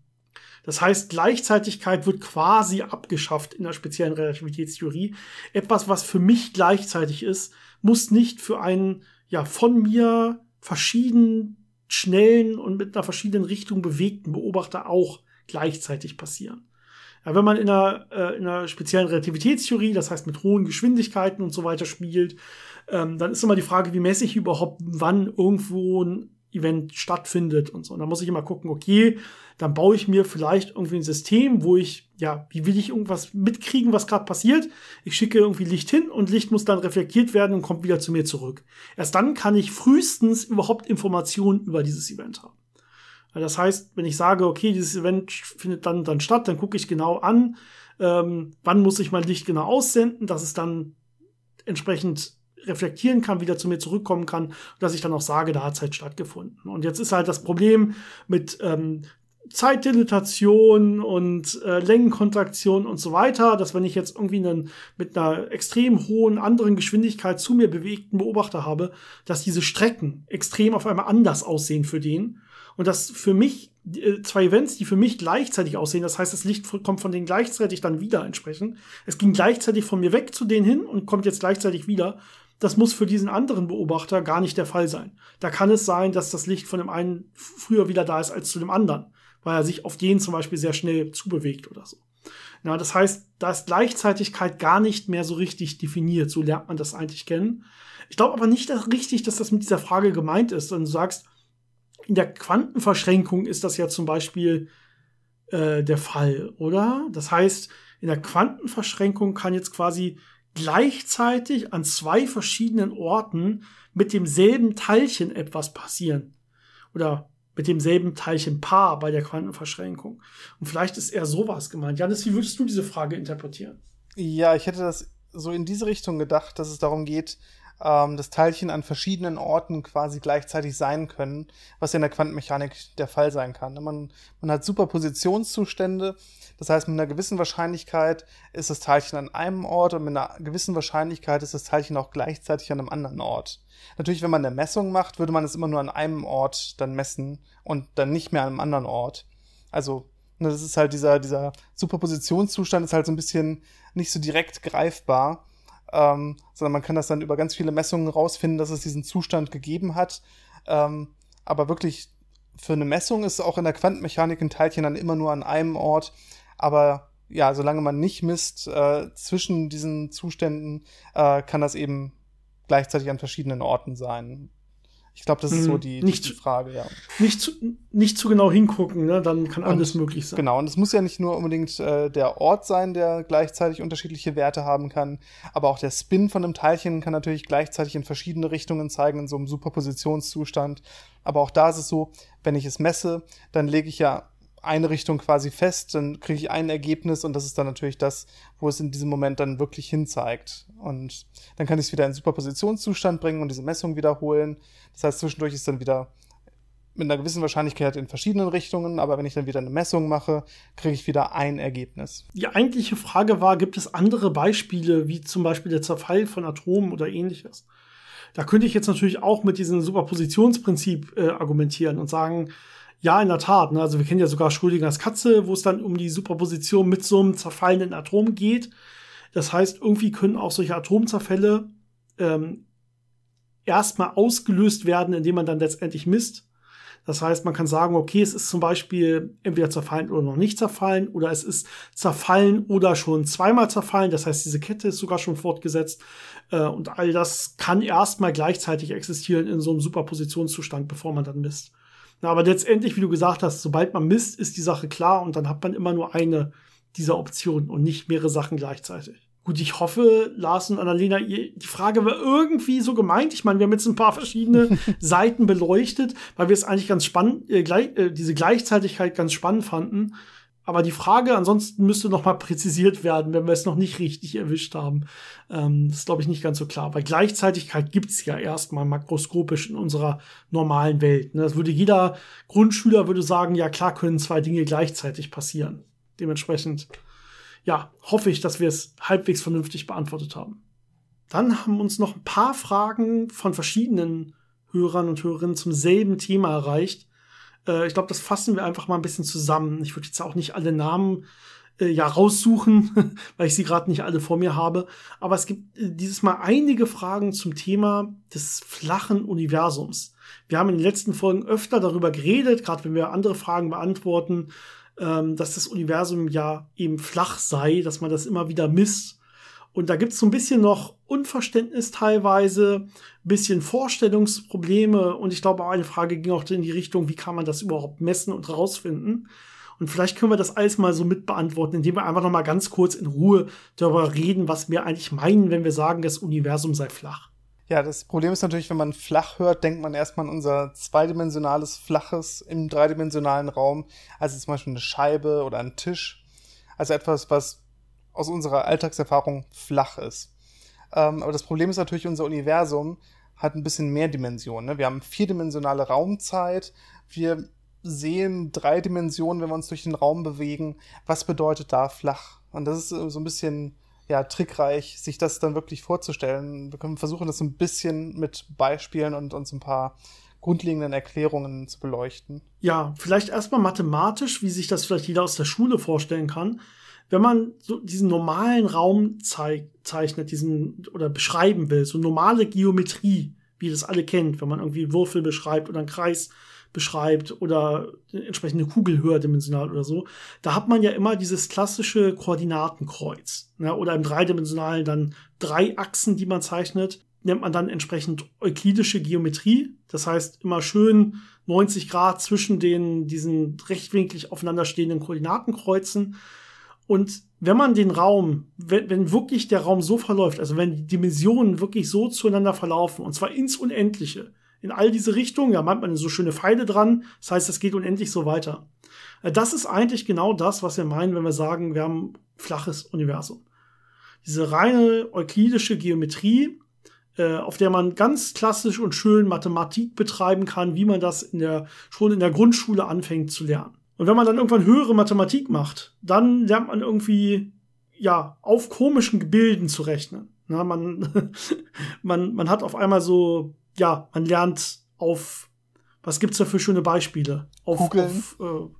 Speaker 1: Das heißt, Gleichzeitigkeit wird quasi abgeschafft in der speziellen Relativitätstheorie. Etwas, was für mich gleichzeitig ist, muss nicht für einen ja von mir verschieden schnellen und mit einer verschiedenen Richtung bewegten Beobachter auch gleichzeitig passieren. Ja, wenn man in einer, äh, in einer speziellen Relativitätstheorie, das heißt mit hohen Geschwindigkeiten und so weiter spielt, ähm, dann ist immer die Frage, wie messe ich überhaupt, wann irgendwo ein Event stattfindet und so. Und da muss ich immer gucken, okay, dann baue ich mir vielleicht irgendwie ein System, wo ich, ja, wie will ich irgendwas mitkriegen, was gerade passiert? Ich schicke irgendwie Licht hin und Licht muss dann reflektiert werden und kommt wieder zu mir zurück. Erst dann kann ich frühestens überhaupt Informationen über dieses Event haben. Das heißt, wenn ich sage, okay, dieses Event findet dann, dann statt, dann gucke ich genau an, ähm, wann muss ich mein Licht genau aussenden, dass es dann entsprechend reflektieren kann, wieder zu mir zurückkommen kann, dass ich dann auch sage, da hat es halt stattgefunden. Und jetzt ist halt das Problem mit ähm, Zeitdilatation und äh, Längenkontraktion und so weiter, dass wenn ich jetzt irgendwie einen mit einer extrem hohen anderen Geschwindigkeit zu mir bewegten Beobachter habe, dass diese Strecken extrem auf einmal anders aussehen für den. Und das für mich, äh, zwei Events, die für mich gleichzeitig aussehen, das heißt, das Licht kommt von denen gleichzeitig dann wieder entsprechend. Es ging gleichzeitig von mir weg zu denen hin und kommt jetzt gleichzeitig wieder. Das muss für diesen anderen Beobachter gar nicht der Fall sein. Da kann es sein, dass das Licht von dem einen früher wieder da ist als zu dem anderen, weil er sich auf den zum Beispiel sehr schnell zubewegt oder so. Ja, das heißt, da ist Gleichzeitigkeit gar nicht mehr so richtig definiert. So lernt man das eigentlich kennen. Ich glaube aber nicht dass richtig, dass das mit dieser Frage gemeint ist. Wenn du sagst, in der Quantenverschränkung ist das ja zum Beispiel äh, der Fall, oder? Das heißt, in der Quantenverschränkung kann jetzt quasi gleichzeitig an zwei verschiedenen Orten mit demselben Teilchen etwas passieren. Oder mit demselben Teilchenpaar bei der Quantenverschränkung. Und vielleicht ist eher sowas gemeint. Janis, wie würdest du diese Frage interpretieren?
Speaker 2: Ja, ich hätte das so in diese Richtung gedacht, dass es darum geht, ähm, dass Teilchen an verschiedenen Orten quasi gleichzeitig sein können, was ja in der Quantenmechanik der Fall sein kann. Man, man hat Superpositionszustände, das heißt, mit einer gewissen Wahrscheinlichkeit ist das Teilchen an einem Ort und mit einer gewissen Wahrscheinlichkeit ist das Teilchen auch gleichzeitig an einem anderen Ort. Natürlich, wenn man eine Messung macht, würde man es immer nur an einem Ort dann messen und dann nicht mehr an einem anderen Ort. Also Und das ist halt dieser, dieser Superpositionszustand ist halt so ein bisschen nicht so direkt greifbar, ähm, sondern man kann das dann über ganz viele Messungen rausfinden, dass es diesen Zustand gegeben hat. Ähm, aber wirklich für eine Messung ist auch in der Quantenmechanik ein Teilchen dann immer nur an einem Ort. Aber ja, solange man nicht misst äh, zwischen diesen Zuständen, äh, kann das eben gleichzeitig an verschiedenen Orten sein. Ich glaube, das ist so die,
Speaker 1: nicht,
Speaker 2: die Frage, ja.
Speaker 1: Nicht zu, nicht zu genau hingucken, ne? Dann kann alles
Speaker 2: und,
Speaker 1: möglich sein.
Speaker 2: Genau, und es muss ja nicht nur unbedingt äh, der Ort sein, der gleichzeitig unterschiedliche Werte haben kann, aber auch der Spin von einem Teilchen kann natürlich gleichzeitig in verschiedene Richtungen zeigen, in so einem Superpositionszustand. Aber auch da ist es so, wenn ich es messe, dann lege ich ja eine Richtung quasi fest, dann kriege ich ein Ergebnis und das ist dann natürlich das, wo es in diesem Moment dann wirklich hinzeigt. Und dann kann ich es wieder in Superpositionszustand bringen und diese Messung wiederholen. Das heißt, zwischendurch ist dann wieder mit einer gewissen Wahrscheinlichkeit in verschiedenen Richtungen, aber wenn ich dann wieder eine Messung mache, kriege ich wieder ein Ergebnis.
Speaker 1: Die eigentliche Frage war, gibt es andere Beispiele, wie zum Beispiel der Zerfall von Atomen oder ähnliches? Da könnte ich jetzt natürlich auch mit diesem Superpositionsprinzip äh, argumentieren und sagen, ja, in der Tat. Ne? Also wir kennen ja sogar Schrödingers Katze, wo es dann um die Superposition mit so einem zerfallenden Atom geht. Das heißt, irgendwie können auch solche Atomzerfälle ähm, erstmal ausgelöst werden, indem man dann letztendlich misst. Das heißt, man kann sagen, okay, es ist zum Beispiel entweder zerfallen oder noch nicht zerfallen oder es ist zerfallen oder schon zweimal zerfallen. Das heißt, diese Kette ist sogar schon fortgesetzt. Äh, und all das kann erstmal gleichzeitig existieren in so einem Superpositionszustand, bevor man dann misst. Na, aber letztendlich, wie du gesagt hast, sobald man misst, ist die Sache klar und dann hat man immer nur eine dieser Optionen und nicht mehrere Sachen gleichzeitig. Gut, ich hoffe, Lars und Annalena, die Frage war irgendwie so gemeint. Ich meine, wir haben jetzt ein paar verschiedene Seiten beleuchtet, weil wir es eigentlich ganz spannend, äh, gleich, äh, diese Gleichzeitigkeit ganz spannend fanden. Aber die Frage ansonsten müsste noch mal präzisiert werden, wenn wir es noch nicht richtig erwischt haben. Ähm, das ist, glaube ich, nicht ganz so klar. Weil Gleichzeitigkeit gibt's ja erstmal makroskopisch in unserer normalen Welt. Ne? Das würde jeder Grundschüler würde sagen, ja klar können zwei Dinge gleichzeitig passieren. Dementsprechend, ja, hoffe ich, dass wir es halbwegs vernünftig beantwortet haben. Dann haben uns noch ein paar Fragen von verschiedenen Hörern und Hörerinnen zum selben Thema erreicht. Ich glaube, das fassen wir einfach mal ein bisschen zusammen. Ich würde jetzt auch nicht alle Namen äh, ja raussuchen, weil ich sie gerade nicht alle vor mir habe. Aber es gibt äh, dieses Mal einige Fragen zum Thema des flachen Universums. Wir haben in den letzten Folgen öfter darüber geredet, gerade wenn wir andere Fragen beantworten, ähm, dass das Universum ja eben flach sei, dass man das immer wieder misst. Und da gibt's so ein bisschen noch Unverständnis teilweise, bisschen Vorstellungsprobleme. Und ich glaube, auch eine Frage ging auch in die Richtung, wie kann man das überhaupt messen und rausfinden? Und vielleicht können wir das alles mal so mit beantworten, indem wir einfach noch mal ganz kurz in Ruhe darüber reden, was wir eigentlich meinen, wenn wir sagen, das Universum sei flach.
Speaker 2: Ja, das Problem ist natürlich, wenn man flach hört, denkt man erstmal an unser zweidimensionales Flaches im dreidimensionalen Raum, also zum Beispiel eine Scheibe oder ein Tisch. Also etwas, was aus unserer Alltagserfahrung flach ist. Ähm, aber das Problem ist natürlich, unser Universum hat ein bisschen mehr Dimensionen. Ne? Wir haben vierdimensionale Raumzeit, wir sehen drei Dimensionen, wenn wir uns durch den Raum bewegen. Was bedeutet da flach? Und das ist so ein bisschen ja, trickreich, sich das dann wirklich vorzustellen. Wir können versuchen, das so ein bisschen mit Beispielen und uns ein paar grundlegenden Erklärungen zu beleuchten.
Speaker 1: Ja, vielleicht erstmal mathematisch, wie sich das vielleicht jeder aus der Schule vorstellen kann. Wenn man so diesen normalen Raum zeig, zeichnet, diesen oder beschreiben will, so normale Geometrie, wie ihr das alle kennt, wenn man irgendwie einen Würfel beschreibt oder einen Kreis beschreibt oder entsprechende Kugel höherdimensional oder so, da hat man ja immer dieses klassische Koordinatenkreuz. Ne? Oder im dreidimensionalen dann drei Achsen, die man zeichnet, nennt man dann entsprechend euklidische Geometrie. Das heißt, immer schön neunzig Grad zwischen den diesen rechtwinklig aufeinanderstehenden Koordinatenkreuzen. Und wenn man den Raum, wenn, wenn wirklich der Raum so verläuft, also wenn die Dimensionen wirklich so zueinander verlaufen, und zwar ins Unendliche, in all diese Richtungen, da meint man so schöne Pfeile dran, das heißt, es geht unendlich so weiter. Das ist eigentlich genau das, was wir meinen, wenn wir sagen, wir haben ein flaches Universum. Diese reine euklidische Geometrie, äh, auf der man ganz klassisch und schön Mathematik betreiben kann, wie man das in der, schon in der Grundschule anfängt zu lernen. Und wenn man dann irgendwann höhere Mathematik macht, dann lernt man irgendwie, ja, auf komischen Gebilden zu rechnen. Na, man, man, man hat auf einmal so, ja, man lernt auf, was gibt's da für schöne Beispiele? Auf,
Speaker 2: Kugeln.
Speaker 1: Auf, äh,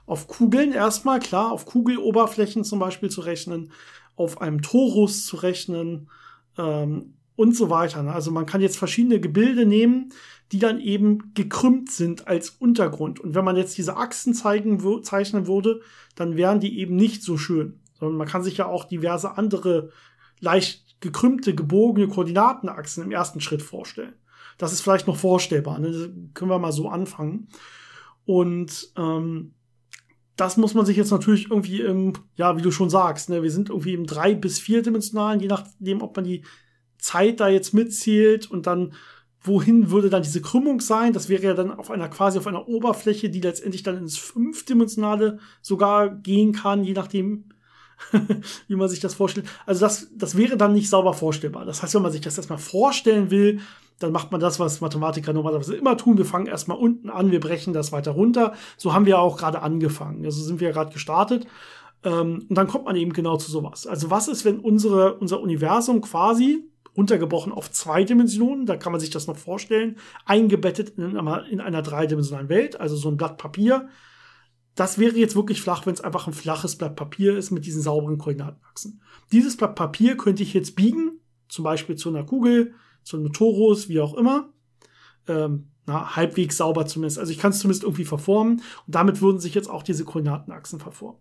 Speaker 1: auf Kugeln erstmal, klar, auf Kugeloberflächen zum Beispiel zu rechnen, auf einem Torus zu rechnen ähm, und so weiter. Also man kann jetzt verschiedene Gebilde nehmen, die dann eben gekrümmt sind als Untergrund. Und wenn man jetzt diese Achsen zeigen, zeichnen würde, dann wären die eben nicht so schön. Sondern man kann sich ja auch diverse andere leicht gekrümmte, gebogene Koordinatenachsen im ersten Schritt vorstellen. Das ist vielleicht noch vorstellbar. Ne? Das können wir mal so anfangen. Und ähm, das muss man sich jetzt natürlich irgendwie im, ja, wie du schon sagst, ne, wir sind irgendwie im drei- bis vierdimensionalen, je nachdem, ob man die Zeit da jetzt mitzählt und dann, wohin würde dann diese Krümmung sein? Das wäre ja dann auf einer, quasi auf einer Oberfläche, die letztendlich dann ins fünfdimensionale sogar gehen kann, je nachdem, wie man sich das vorstellt. Also das, das wäre dann nicht sauber vorstellbar. Das heißt, wenn man sich das erstmal vorstellen will, dann macht man das, was Mathematiker normalerweise immer tun. Wir fangen erstmal unten an, wir brechen das weiter runter. So haben wir auch gerade angefangen. Also sind wir ja gerade gestartet. Ähm, und dann kommt man eben genau zu sowas. Also was ist, wenn unsere, unser Universum quasi runtergebrochen auf zwei Dimensionen, da kann man sich das noch vorstellen, eingebettet in einer, in einer dreidimensionalen Welt, also so ein Blatt Papier. Das wäre jetzt wirklich flach, wenn es einfach ein flaches Blatt Papier ist mit diesen sauberen Koordinatenachsen. Dieses Blatt Papier könnte ich jetzt biegen, zum Beispiel zu einer Kugel, zu einem Torus, wie auch immer. Ähm, na, halbwegs sauber zumindest. Also ich kann es zumindest irgendwie verformen. Und damit würden sich jetzt auch diese Koordinatenachsen verformen.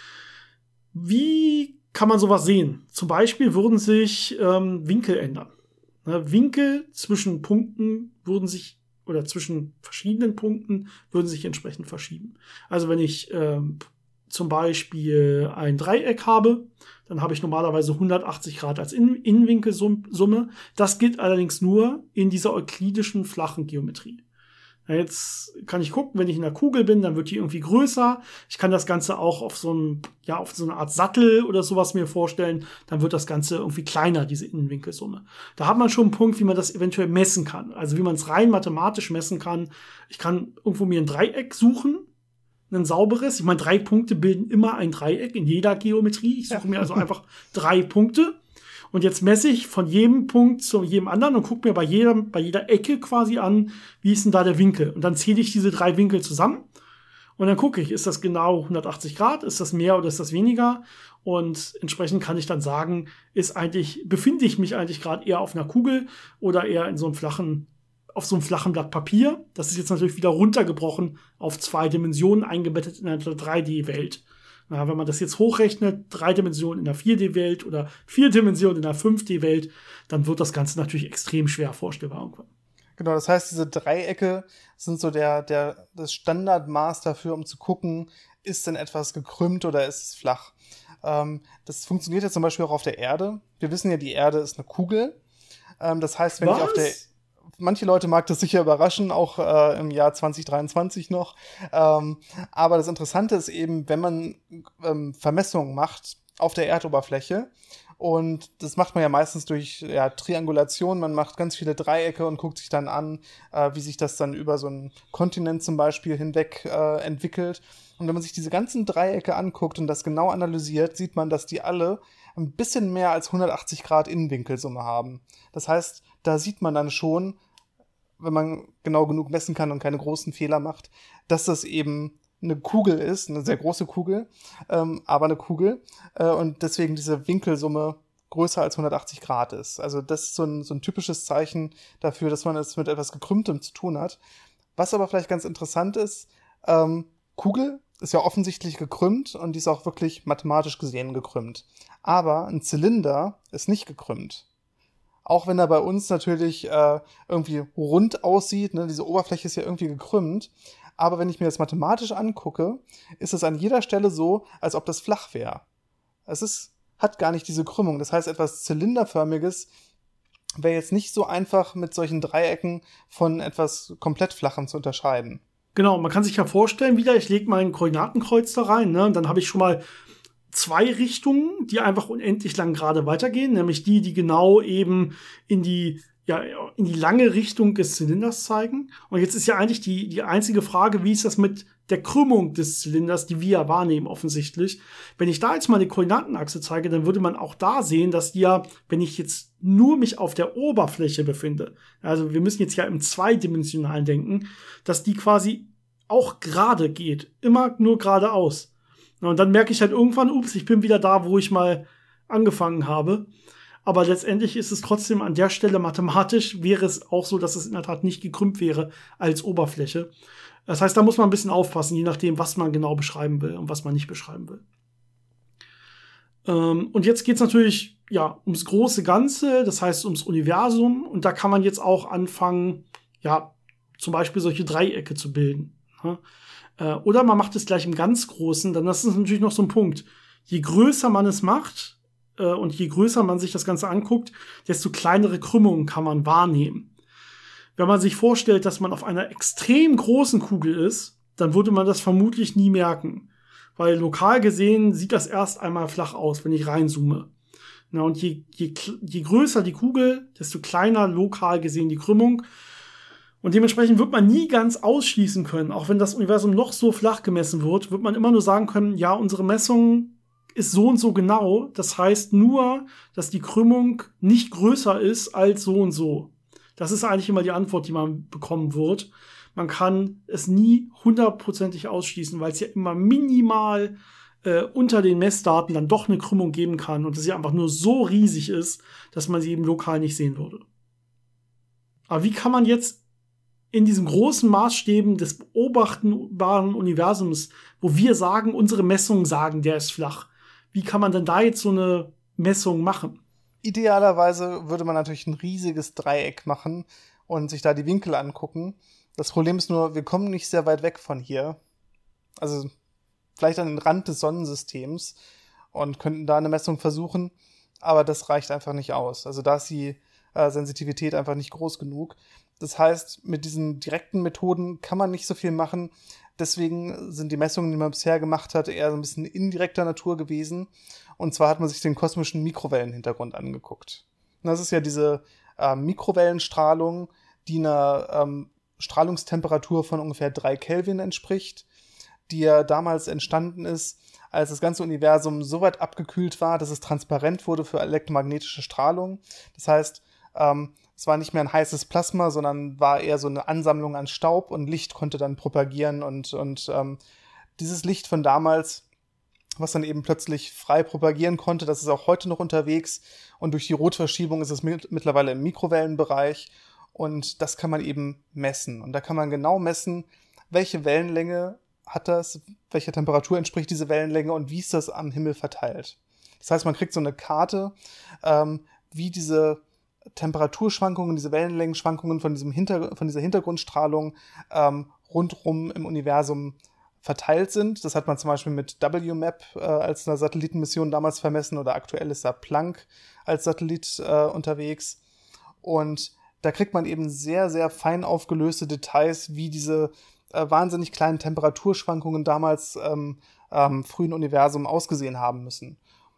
Speaker 1: Wie kann man sowas sehen? Zum Beispiel würden sich ähm, Winkel ändern. Ne, Winkel zwischen Punkten würden sich, oder zwischen verschiedenen Punkten würden sich entsprechend verschieben. Also wenn ich ähm, zum Beispiel ein Dreieck habe, dann habe ich normalerweise hundertachtzig Grad als In- Innenwinkelsumme. Das gilt allerdings nur in dieser euklidischen flachen Geometrie. Ja, jetzt kann ich gucken, wenn ich in der Kugel bin, dann wird die irgendwie größer. Ich kann das Ganze auch auf so einem, ja, auf so eine Art Sattel oder sowas mir vorstellen. Dann wird das Ganze irgendwie kleiner, diese Innenwinkelsumme. Da hat man schon einen Punkt, wie man das eventuell messen kann. Also wie man es rein mathematisch messen kann. Ich kann irgendwo mir ein Dreieck suchen, ein sauberes. Ich meine, drei Punkte bilden immer ein Dreieck in jeder Geometrie. Ich suche ja. mir also einfach drei Punkte. Und jetzt messe ich von jedem Punkt zu jedem anderen und gucke mir bei jeder, bei jeder Ecke quasi an, wie ist denn da der Winkel. Und dann zähle ich diese drei Winkel zusammen. Und dann gucke ich, ist das genau hundertachtzig Grad, ist das mehr oder ist das weniger? Und entsprechend kann ich dann sagen, ist eigentlich, befinde ich mich eigentlich gerade eher auf einer Kugel oder eher in so einem flachen auf so einem flachen Blatt Papier. Das ist jetzt natürlich wieder runtergebrochen auf zwei Dimensionen, eingebettet in einer drei D-Welt. Na, wenn man das jetzt hochrechnet, drei Dimensionen in der vier D-Welt oder vier Dimensionen in der fünf D-Welt, dann wird das Ganze natürlich extrem schwer vorstellbar irgendwann.
Speaker 2: Genau, das heißt, diese Dreiecke sind so der, der, das Standardmaß dafür, um zu gucken, ist denn etwas gekrümmt oder ist es flach. Ähm, das funktioniert ja zum Beispiel auch auf der Erde. Wir wissen ja, die Erde ist eine Kugel. Ähm, das heißt, wenn
Speaker 1: Was?
Speaker 2: ich auf der Manche Leute mag das sicher überraschen, auch äh, im Jahr zwanzig dreiundzwanzig noch. Ähm, aber das Interessante ist eben, wenn man ähm, Vermessungen macht auf der Erdoberfläche, und das macht man ja meistens durch ja, Triangulation, man macht ganz viele Dreiecke und guckt sich dann an, äh, wie sich das dann über so einen Kontinent zum Beispiel hinweg äh, entwickelt. Und wenn man sich diese ganzen Dreiecke anguckt und das genau analysiert, sieht man, dass die alle ein bisschen mehr als hundertachtzig Grad Innenwinkelsumme haben. Das heißt, da sieht man dann schon, wenn man genau genug messen kann und keine großen Fehler macht, dass das eben eine Kugel ist, eine sehr große Kugel, ähm, aber eine Kugel äh, und deswegen diese Winkelsumme größer als hundertachtzig Grad ist. Also das ist so ein, so ein typisches Zeichen dafür, dass man es mit etwas Gekrümmtem zu tun hat. Was aber vielleicht ganz interessant ist, ähm, Kugel ist ja offensichtlich gekrümmt und die ist auch wirklich mathematisch gesehen gekrümmt. Aber ein Zylinder ist nicht gekrümmt. Auch wenn er bei uns natürlich äh, irgendwie rund aussieht, ne, diese Oberfläche ist ja irgendwie gekrümmt. Aber wenn ich mir das mathematisch angucke, ist es an jeder Stelle so, als ob das flach wäre. Es ist, hat gar nicht diese Krümmung. Das heißt, etwas Zylinderförmiges wäre jetzt nicht so einfach mit solchen Dreiecken von etwas komplett Flachem zu unterscheiden.
Speaker 1: Genau, man kann sich ja vorstellen, wieder, ich lege mein Koordinatenkreuz da rein, ne, und dann habe ich schon mal zwei Richtungen, die einfach unendlich lang gerade weitergehen, nämlich die, die genau eben in die, ja, in die lange Richtung des Zylinders zeigen. Und jetzt ist ja eigentlich die, die einzige Frage, wie ist das mit der Krümmung des Zylinders, die wir ja wahrnehmen offensichtlich. Wenn ich da jetzt mal eine Koordinatenachse zeige, dann würde man auch da sehen, dass die ja, wenn ich jetzt nur mich auf der Oberfläche befinde, also wir müssen jetzt ja im Zweidimensionalen denken, dass die quasi auch gerade geht. Immer nur geradeaus. Und dann merke ich halt irgendwann, ups, ich bin wieder da, wo ich mal angefangen habe. Aber letztendlich ist es trotzdem an der Stelle mathematisch, wäre es auch so, dass es in der Tat nicht gekrümmt wäre als Oberfläche. Das heißt, da muss man ein bisschen aufpassen, je nachdem, was man genau beschreiben will und was man nicht beschreiben will. Ähm, und jetzt geht's natürlich ja ums große Ganze, das heißt ums Universum. Und da kann man jetzt auch anfangen, ja, zum Beispiel solche Dreiecke zu bilden. Ja? Äh, oder man macht es gleich im ganz Großen, dann das ist natürlich noch so ein Punkt. Je größer man es macht äh, und je größer man sich das Ganze anguckt, desto kleinere Krümmungen kann man wahrnehmen. Wenn man sich vorstellt, dass man auf einer extrem großen Kugel ist, dann würde man das vermutlich nie merken. Weil lokal gesehen sieht das erst einmal flach aus, wenn ich reinzoome. Na, und je, je, je größer die Kugel, desto kleiner lokal gesehen die Krümmung. Und dementsprechend wird man nie ganz ausschließen können, auch wenn das Universum noch so flach gemessen wird, wird man immer nur sagen können, ja, unsere Messung ist so und so genau. Das heißt nur, dass die Krümmung nicht größer ist als so und so. Das ist eigentlich immer die Antwort, die man bekommen wird. Man kann es nie hundertprozentig ausschließen, weil es ja immer minimal äh, unter den Messdaten dann doch eine Krümmung geben kann und es ja einfach nur so riesig ist, dass man sie eben lokal nicht sehen würde. Aber wie kann man jetzt in diesen großen Maßstäben des beobachtbaren Universums, wo wir sagen, unsere Messungen sagen, der ist flach, wie kann man denn da jetzt so eine Messung machen?
Speaker 2: Idealerweise würde man natürlich ein riesiges Dreieck machen und sich da die Winkel angucken. Das Problem ist nur, wir kommen nicht sehr weit weg von hier. Also vielleicht an den Rand des Sonnensystems und könnten da eine Messung versuchen, aber das reicht einfach nicht aus. Also da ist die äh, Sensitivität einfach nicht groß genug. Das heißt, mit diesen direkten Methoden kann man nicht so viel machen. Deswegen sind die Messungen, die man bisher gemacht hat, eher so ein bisschen indirekter Natur gewesen. Und zwar hat man sich den kosmischen Mikrowellenhintergrund angeguckt. Und das ist ja diese äh, Mikrowellenstrahlung, die einer ähm, Strahlungstemperatur von ungefähr drei Kelvin entspricht, die ja damals entstanden ist, als das ganze Universum so weit abgekühlt war, dass es transparent wurde für elektromagnetische Strahlung. Das heißt, ähm, es war nicht mehr ein heißes Plasma, sondern war eher so eine Ansammlung an Staub und Licht konnte dann propagieren und, und ähm, dieses Licht von damals, was dann eben plötzlich frei propagieren konnte, das ist auch heute noch unterwegs und durch die Rotverschiebung ist es mit, mittlerweile im Mikrowellenbereich und das kann man eben messen und da kann man genau messen, welche Wellenlänge hat das, welcher Temperatur entspricht diese Wellenlänge und wie ist das am Himmel verteilt. Das heißt, man kriegt so eine Karte, ähm, wie diese Temperaturschwankungen, diese Wellenlängenschwankungen von diesem Hinter- von dieser Hintergrundstrahlung ähm, rundrum im Universum verteilt sind. Das hat man zum Beispiel mit W MAP äh, als einer Satellitenmission damals vermessen oder aktuell ist da Planck als Satellit äh, unterwegs. Und da kriegt man eben sehr, sehr fein aufgelöste Details, wie diese äh, wahnsinnig kleinen Temperaturschwankungen damals ähm, ähm, frühen Universum ausgesehen haben müssen.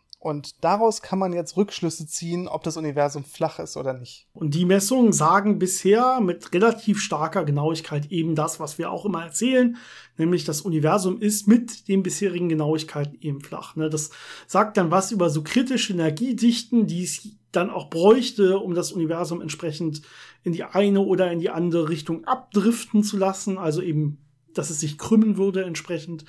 Speaker 2: Und daraus kann man jetzt Rückschlüsse ziehen, ob das Universum flach ist oder nicht.
Speaker 1: Und die Messungen sagen bisher mit relativ starker Genauigkeit eben das, was wir auch immer erzählen, nämlich das Universum ist mit den bisherigen Genauigkeiten eben flach. Das sagt dann was über so kritische Energiedichten, die es dann auch bräuchte, um das Universum entsprechend in die eine oder in die andere Richtung abdriften zu lassen, also eben, dass es sich krümmen würde entsprechend.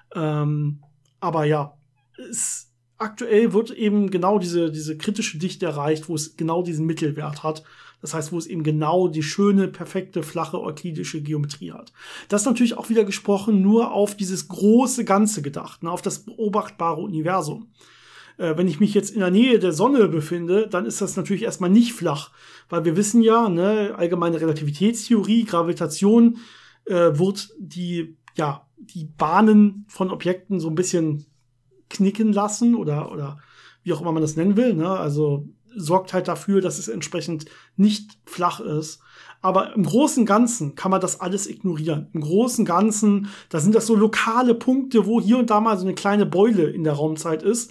Speaker 1: Ähm, aber ja, es aktuell wird eben genau diese, diese kritische Dichte erreicht, wo es genau diesen Mittelwert hat. Das heißt, wo es eben genau die schöne, perfekte, flache euklidische Geometrie hat. Das ist natürlich auch wieder gesprochen nur auf dieses große Ganze gedacht, ne, auf das beobachtbare Universum. Äh, wenn ich mich jetzt in der Nähe der Sonne befinde, dann ist das natürlich erstmal nicht flach, weil wir wissen ja, ne, allgemeine Relativitätstheorie, Gravitation, äh, wird die, ja, die Bahnen von Objekten so ein bisschen knicken lassen oder, oder wie auch immer man das nennen will, ne? Also sorgt halt dafür, dass es entsprechend nicht flach ist. Aber im großen Ganzen kann man das alles ignorieren. Im großen Ganzen, da sind das so lokale Punkte, wo hier und da mal so eine kleine Beule in der Raumzeit ist.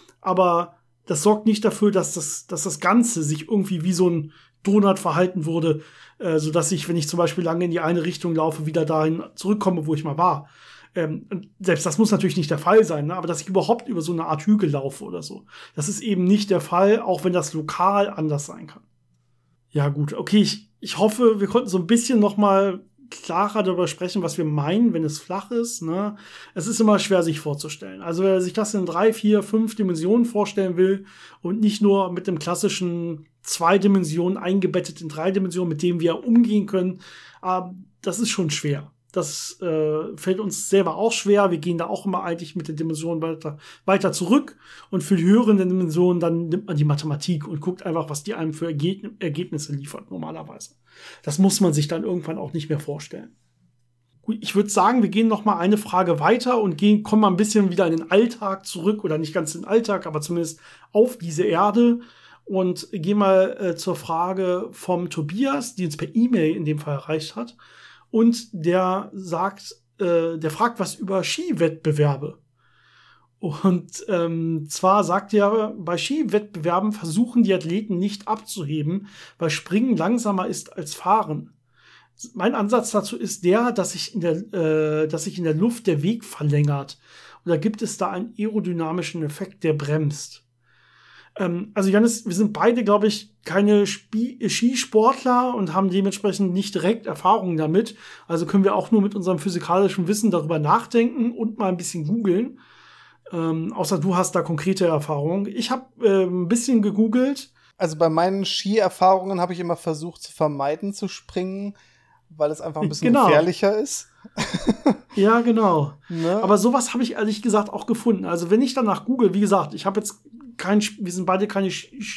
Speaker 1: Aber das sorgt nicht dafür, dass das, dass das Ganze sich irgendwie wie so ein Donut verhalten würde, äh, sodass ich, wenn ich zum Beispiel lange in die eine Richtung laufe, wieder dahin zurückkomme, wo ich mal war. Ähm, selbst das muss natürlich nicht der Fall sein, ne? Aber dass ich überhaupt über so eine Art Hügel laufe oder so. Das ist eben nicht der Fall, auch wenn das lokal anders sein kann. Ja gut, okay, ich, ich hoffe, wir konnten so ein bisschen noch mal klarer darüber sprechen, was wir meinen, wenn es flach ist. Ne? Es ist immer schwer, sich vorzustellen. Also wer sich das in drei, vier, fünf Dimensionen vorstellen will und nicht nur mit dem klassischen zwei Dimensionen eingebettet in drei Dimensionen, mit dem wir umgehen können, äh, das ist schon schwer. Das äh, fällt uns selber auch schwer. Wir gehen da auch immer eigentlich mit den Dimensionen weiter, weiter zurück. Und für die höheren Dimensionen dann nimmt man die Mathematik und guckt einfach, was die einem für Erge- Ergebnisse liefert, normalerweise. Das muss man sich dann irgendwann auch nicht mehr vorstellen. Gut, ich würde sagen, wir gehen noch mal eine Frage weiter und gehen, kommen mal ein bisschen wieder in den Alltag zurück. Oder nicht ganz in den Alltag, aber zumindest auf diese Erde. Und gehen mal äh, zur Frage vom Tobias, die uns per E-Mail in dem Fall erreicht hat. Und der sagt, äh, der fragt was über Skiwettbewerbe. Und ähm, zwar sagt er, bei Skiwettbewerben versuchen die Athleten nicht abzuheben, weil Springen langsamer ist als Fahren. Mein Ansatz dazu ist der, dass sich in der, äh, dass sich in der Luft der Weg verlängert. Oder gibt es da einen aerodynamischen Effekt, der bremst? Ähm, also Jannis, wir sind beide, glaube ich, keine Sp- Skisportler und haben dementsprechend nicht direkt Erfahrungen damit. Also können wir auch nur mit unserem physikalischen Wissen darüber nachdenken und mal ein bisschen googeln. Ähm, außer du hast da konkrete Erfahrungen. Ich habe äh, ein bisschen gegoogelt.
Speaker 2: Also bei meinen Skierfahrungen habe ich immer versucht zu vermeiden zu springen, weil es einfach ein bisschen
Speaker 1: genau.
Speaker 2: gefährlicher ist.
Speaker 1: Ja, genau.
Speaker 2: Ne?
Speaker 1: Aber sowas habe ich ehrlich gesagt auch gefunden. Also wenn ich danach google, wie gesagt, ich habe jetzt kein, wir sind beide keine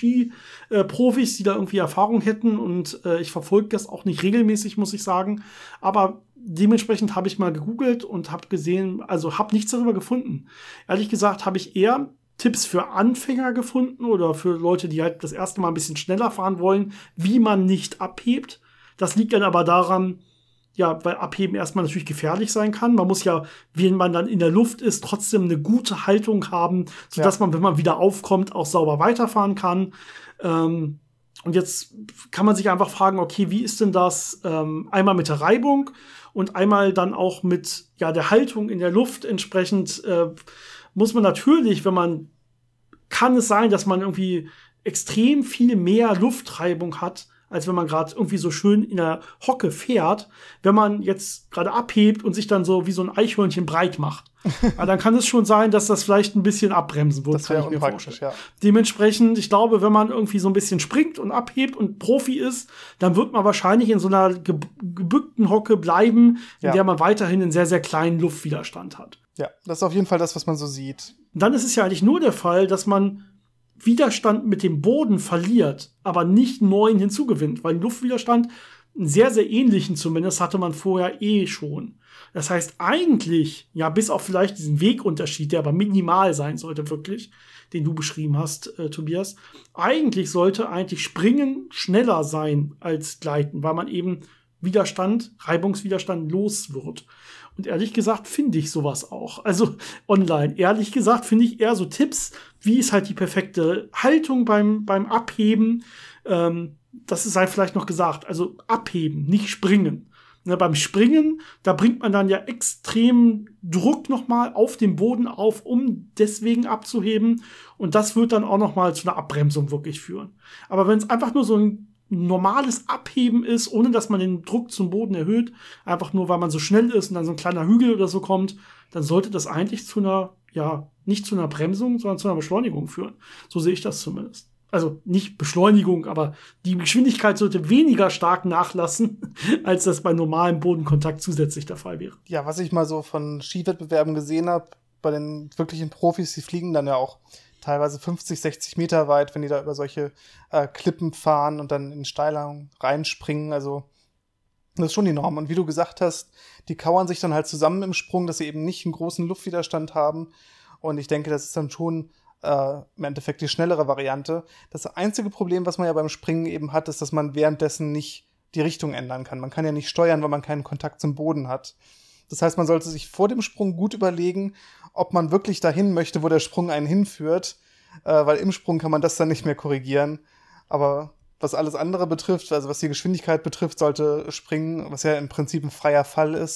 Speaker 1: Ski-Profis, die da irgendwie Erfahrung hätten und äh, ich verfolge das auch nicht regelmäßig, muss ich sagen. Aber dementsprechend habe ich mal gegoogelt und habe gesehen, also habe nichts darüber gefunden. Ehrlich gesagt habe ich eher Tipps für Anfänger gefunden oder für Leute, die halt das erste Mal ein bisschen schneller fahren wollen, wie man nicht abhebt. Das liegt dann aber daran, ja, weil Abheben erstmal natürlich gefährlich sein kann. Man muss ja, wenn man dann in der Luft ist, trotzdem eine gute Haltung haben, sodass ja. man, wenn man wieder aufkommt, auch sauber weiterfahren kann. Ähm, und jetzt kann man sich einfach fragen, okay, wie ist denn das ähm, einmal mit der Reibung und einmal dann auch mit ja der Haltung in der Luft entsprechend äh, muss man natürlich, wenn man, kann es sein, dass man irgendwie extrem viel mehr Luftreibung hat, als wenn man gerade irgendwie so schön in der Hocke fährt, wenn man jetzt gerade abhebt und sich dann so wie so ein Eichhörnchen breit macht. Aber dann kann es schon sein, dass das vielleicht ein bisschen abbremsen wird,
Speaker 2: das kann ich mir vorstellen. Ja.
Speaker 1: Dementsprechend, ich glaube, wenn man irgendwie so ein bisschen springt und abhebt und Profi ist, dann wird man wahrscheinlich in so einer ge- gebückten Hocke bleiben, in ja. der man weiterhin einen sehr, sehr kleinen Luftwiderstand hat.
Speaker 2: Ja, das ist auf jeden Fall das, was man so sieht.
Speaker 1: Dann ist es ja eigentlich nur der Fall, dass man Widerstand mit dem Boden verliert, aber nicht neuen hinzugewinnt, weil Luftwiderstand, einen sehr, sehr ähnlichen zumindest, hatte man vorher eh schon. Das heißt eigentlich, ja, bis auf vielleicht diesen Wegunterschied, der aber minimal sein sollte wirklich, den du beschrieben hast, äh, Tobias, eigentlich sollte eigentlich Springen schneller sein als Gleiten, weil man eben Widerstand, Reibungswiderstand los wird. Und ehrlich gesagt finde ich sowas auch. Also online. Ehrlich gesagt finde ich eher so Tipps, wie ist halt die perfekte Haltung beim, beim Abheben. Ähm, das ist halt vielleicht noch gesagt. Also abheben, nicht springen. Ne, beim Springen, da bringt man dann ja extrem Druck nochmal auf den Boden auf, um deswegen abzuheben. Und das wird dann auch nochmal zu einer Abbremsung wirklich führen. Aber wenn es einfach nur so ein normales Abheben ist, ohne dass man den Druck zum Boden erhöht, einfach nur, weil man so schnell ist und dann so ein kleiner Hügel oder so kommt, dann sollte das eigentlich zu einer, ja, nicht zu einer Bremsung, sondern zu einer Beschleunigung führen. So sehe ich das zumindest. Also nicht Beschleunigung, aber die Geschwindigkeit sollte weniger stark nachlassen, als das bei normalem Bodenkontakt zusätzlich der Fall wäre.
Speaker 2: Ja, was ich mal so von Skiwettbewerben gesehen habe, bei den wirklichen Profis, die fliegen dann ja auch teilweise fünfzig, sechzig Meter weit, wenn die da über solche äh, Klippen fahren und dann in Steilungen reinspringen. Also das ist schon die Norm. Und wie du gesagt hast, die kauern sich dann halt zusammen im Sprung, dass sie eben nicht einen großen Luftwiderstand haben. Und ich denke, das ist dann schon äh, im Endeffekt die schnellere Variante. Das einzige Problem, was man ja beim Springen eben hat, ist, dass man währenddessen nicht die Richtung ändern kann. Man kann ja nicht steuern, weil man keinen Kontakt zum Boden hat. Das heißt, man sollte sich vor dem Sprung gut überlegen, ob man wirklich dahin möchte, wo der Sprung einen hinführt, äh, weil im Sprung kann man das dann nicht mehr korrigieren. Aber was alles andere betrifft, also was die Geschwindigkeit betrifft, sollte Springen, was ja im Prinzip ein freier Fall ist,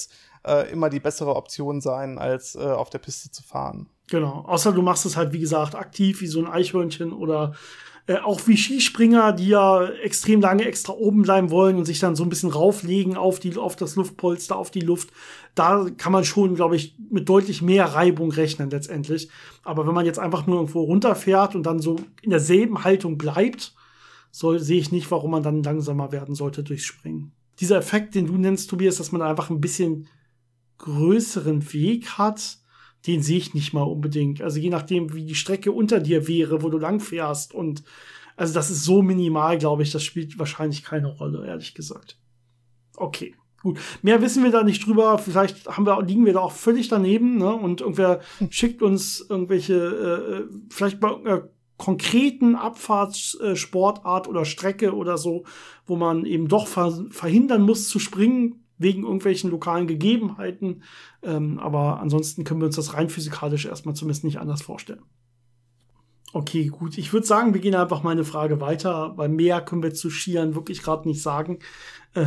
Speaker 2: äh, immer die bessere Option sein, als äh, auf der Piste zu fahren.
Speaker 1: Genau, außer du machst es halt, wie gesagt, aktiv wie so ein Eichhörnchen oder äh, auch wie Skispringer, die ja extrem lange extra oben bleiben wollen und sich dann so ein bisschen rauflegen auf die, auf das Luftpolster, auf die Luft. Da kann man schon, glaube ich, mit deutlich mehr Reibung rechnen letztendlich. Aber wenn man jetzt einfach nur irgendwo runterfährt und dann so in derselben Haltung bleibt, so sehe ich nicht, warum man dann langsamer werden sollte durchs Springen. Dieser Effekt, den du nennst, Tobias, dass man einfach ein bisschen größeren Weg hat, den sehe ich nicht mal unbedingt. Also je nachdem, wie die Strecke unter dir wäre, wo du lang fährst. Und also das ist so minimal, glaube ich, das spielt wahrscheinlich keine Rolle, ehrlich gesagt. Okay, gut. Mehr wissen wir da nicht drüber. Vielleicht haben wir, liegen wir da auch völlig daneben, ne? Und irgendwer schickt uns irgendwelche, äh, vielleicht bei irgendeiner konkreten Abfahrtssportart oder Strecke oder so, wo man eben doch ver- verhindern muss zu springen, wegen irgendwelchen lokalen Gegebenheiten. Ähm, aber ansonsten können wir uns das rein physikalisch erstmal zumindest nicht anders vorstellen. Okay, gut. Ich würde sagen, wir gehen einfach mal eine Frage weiter, weil mehr können wir zu Skiern wirklich gerade nicht sagen. Äh,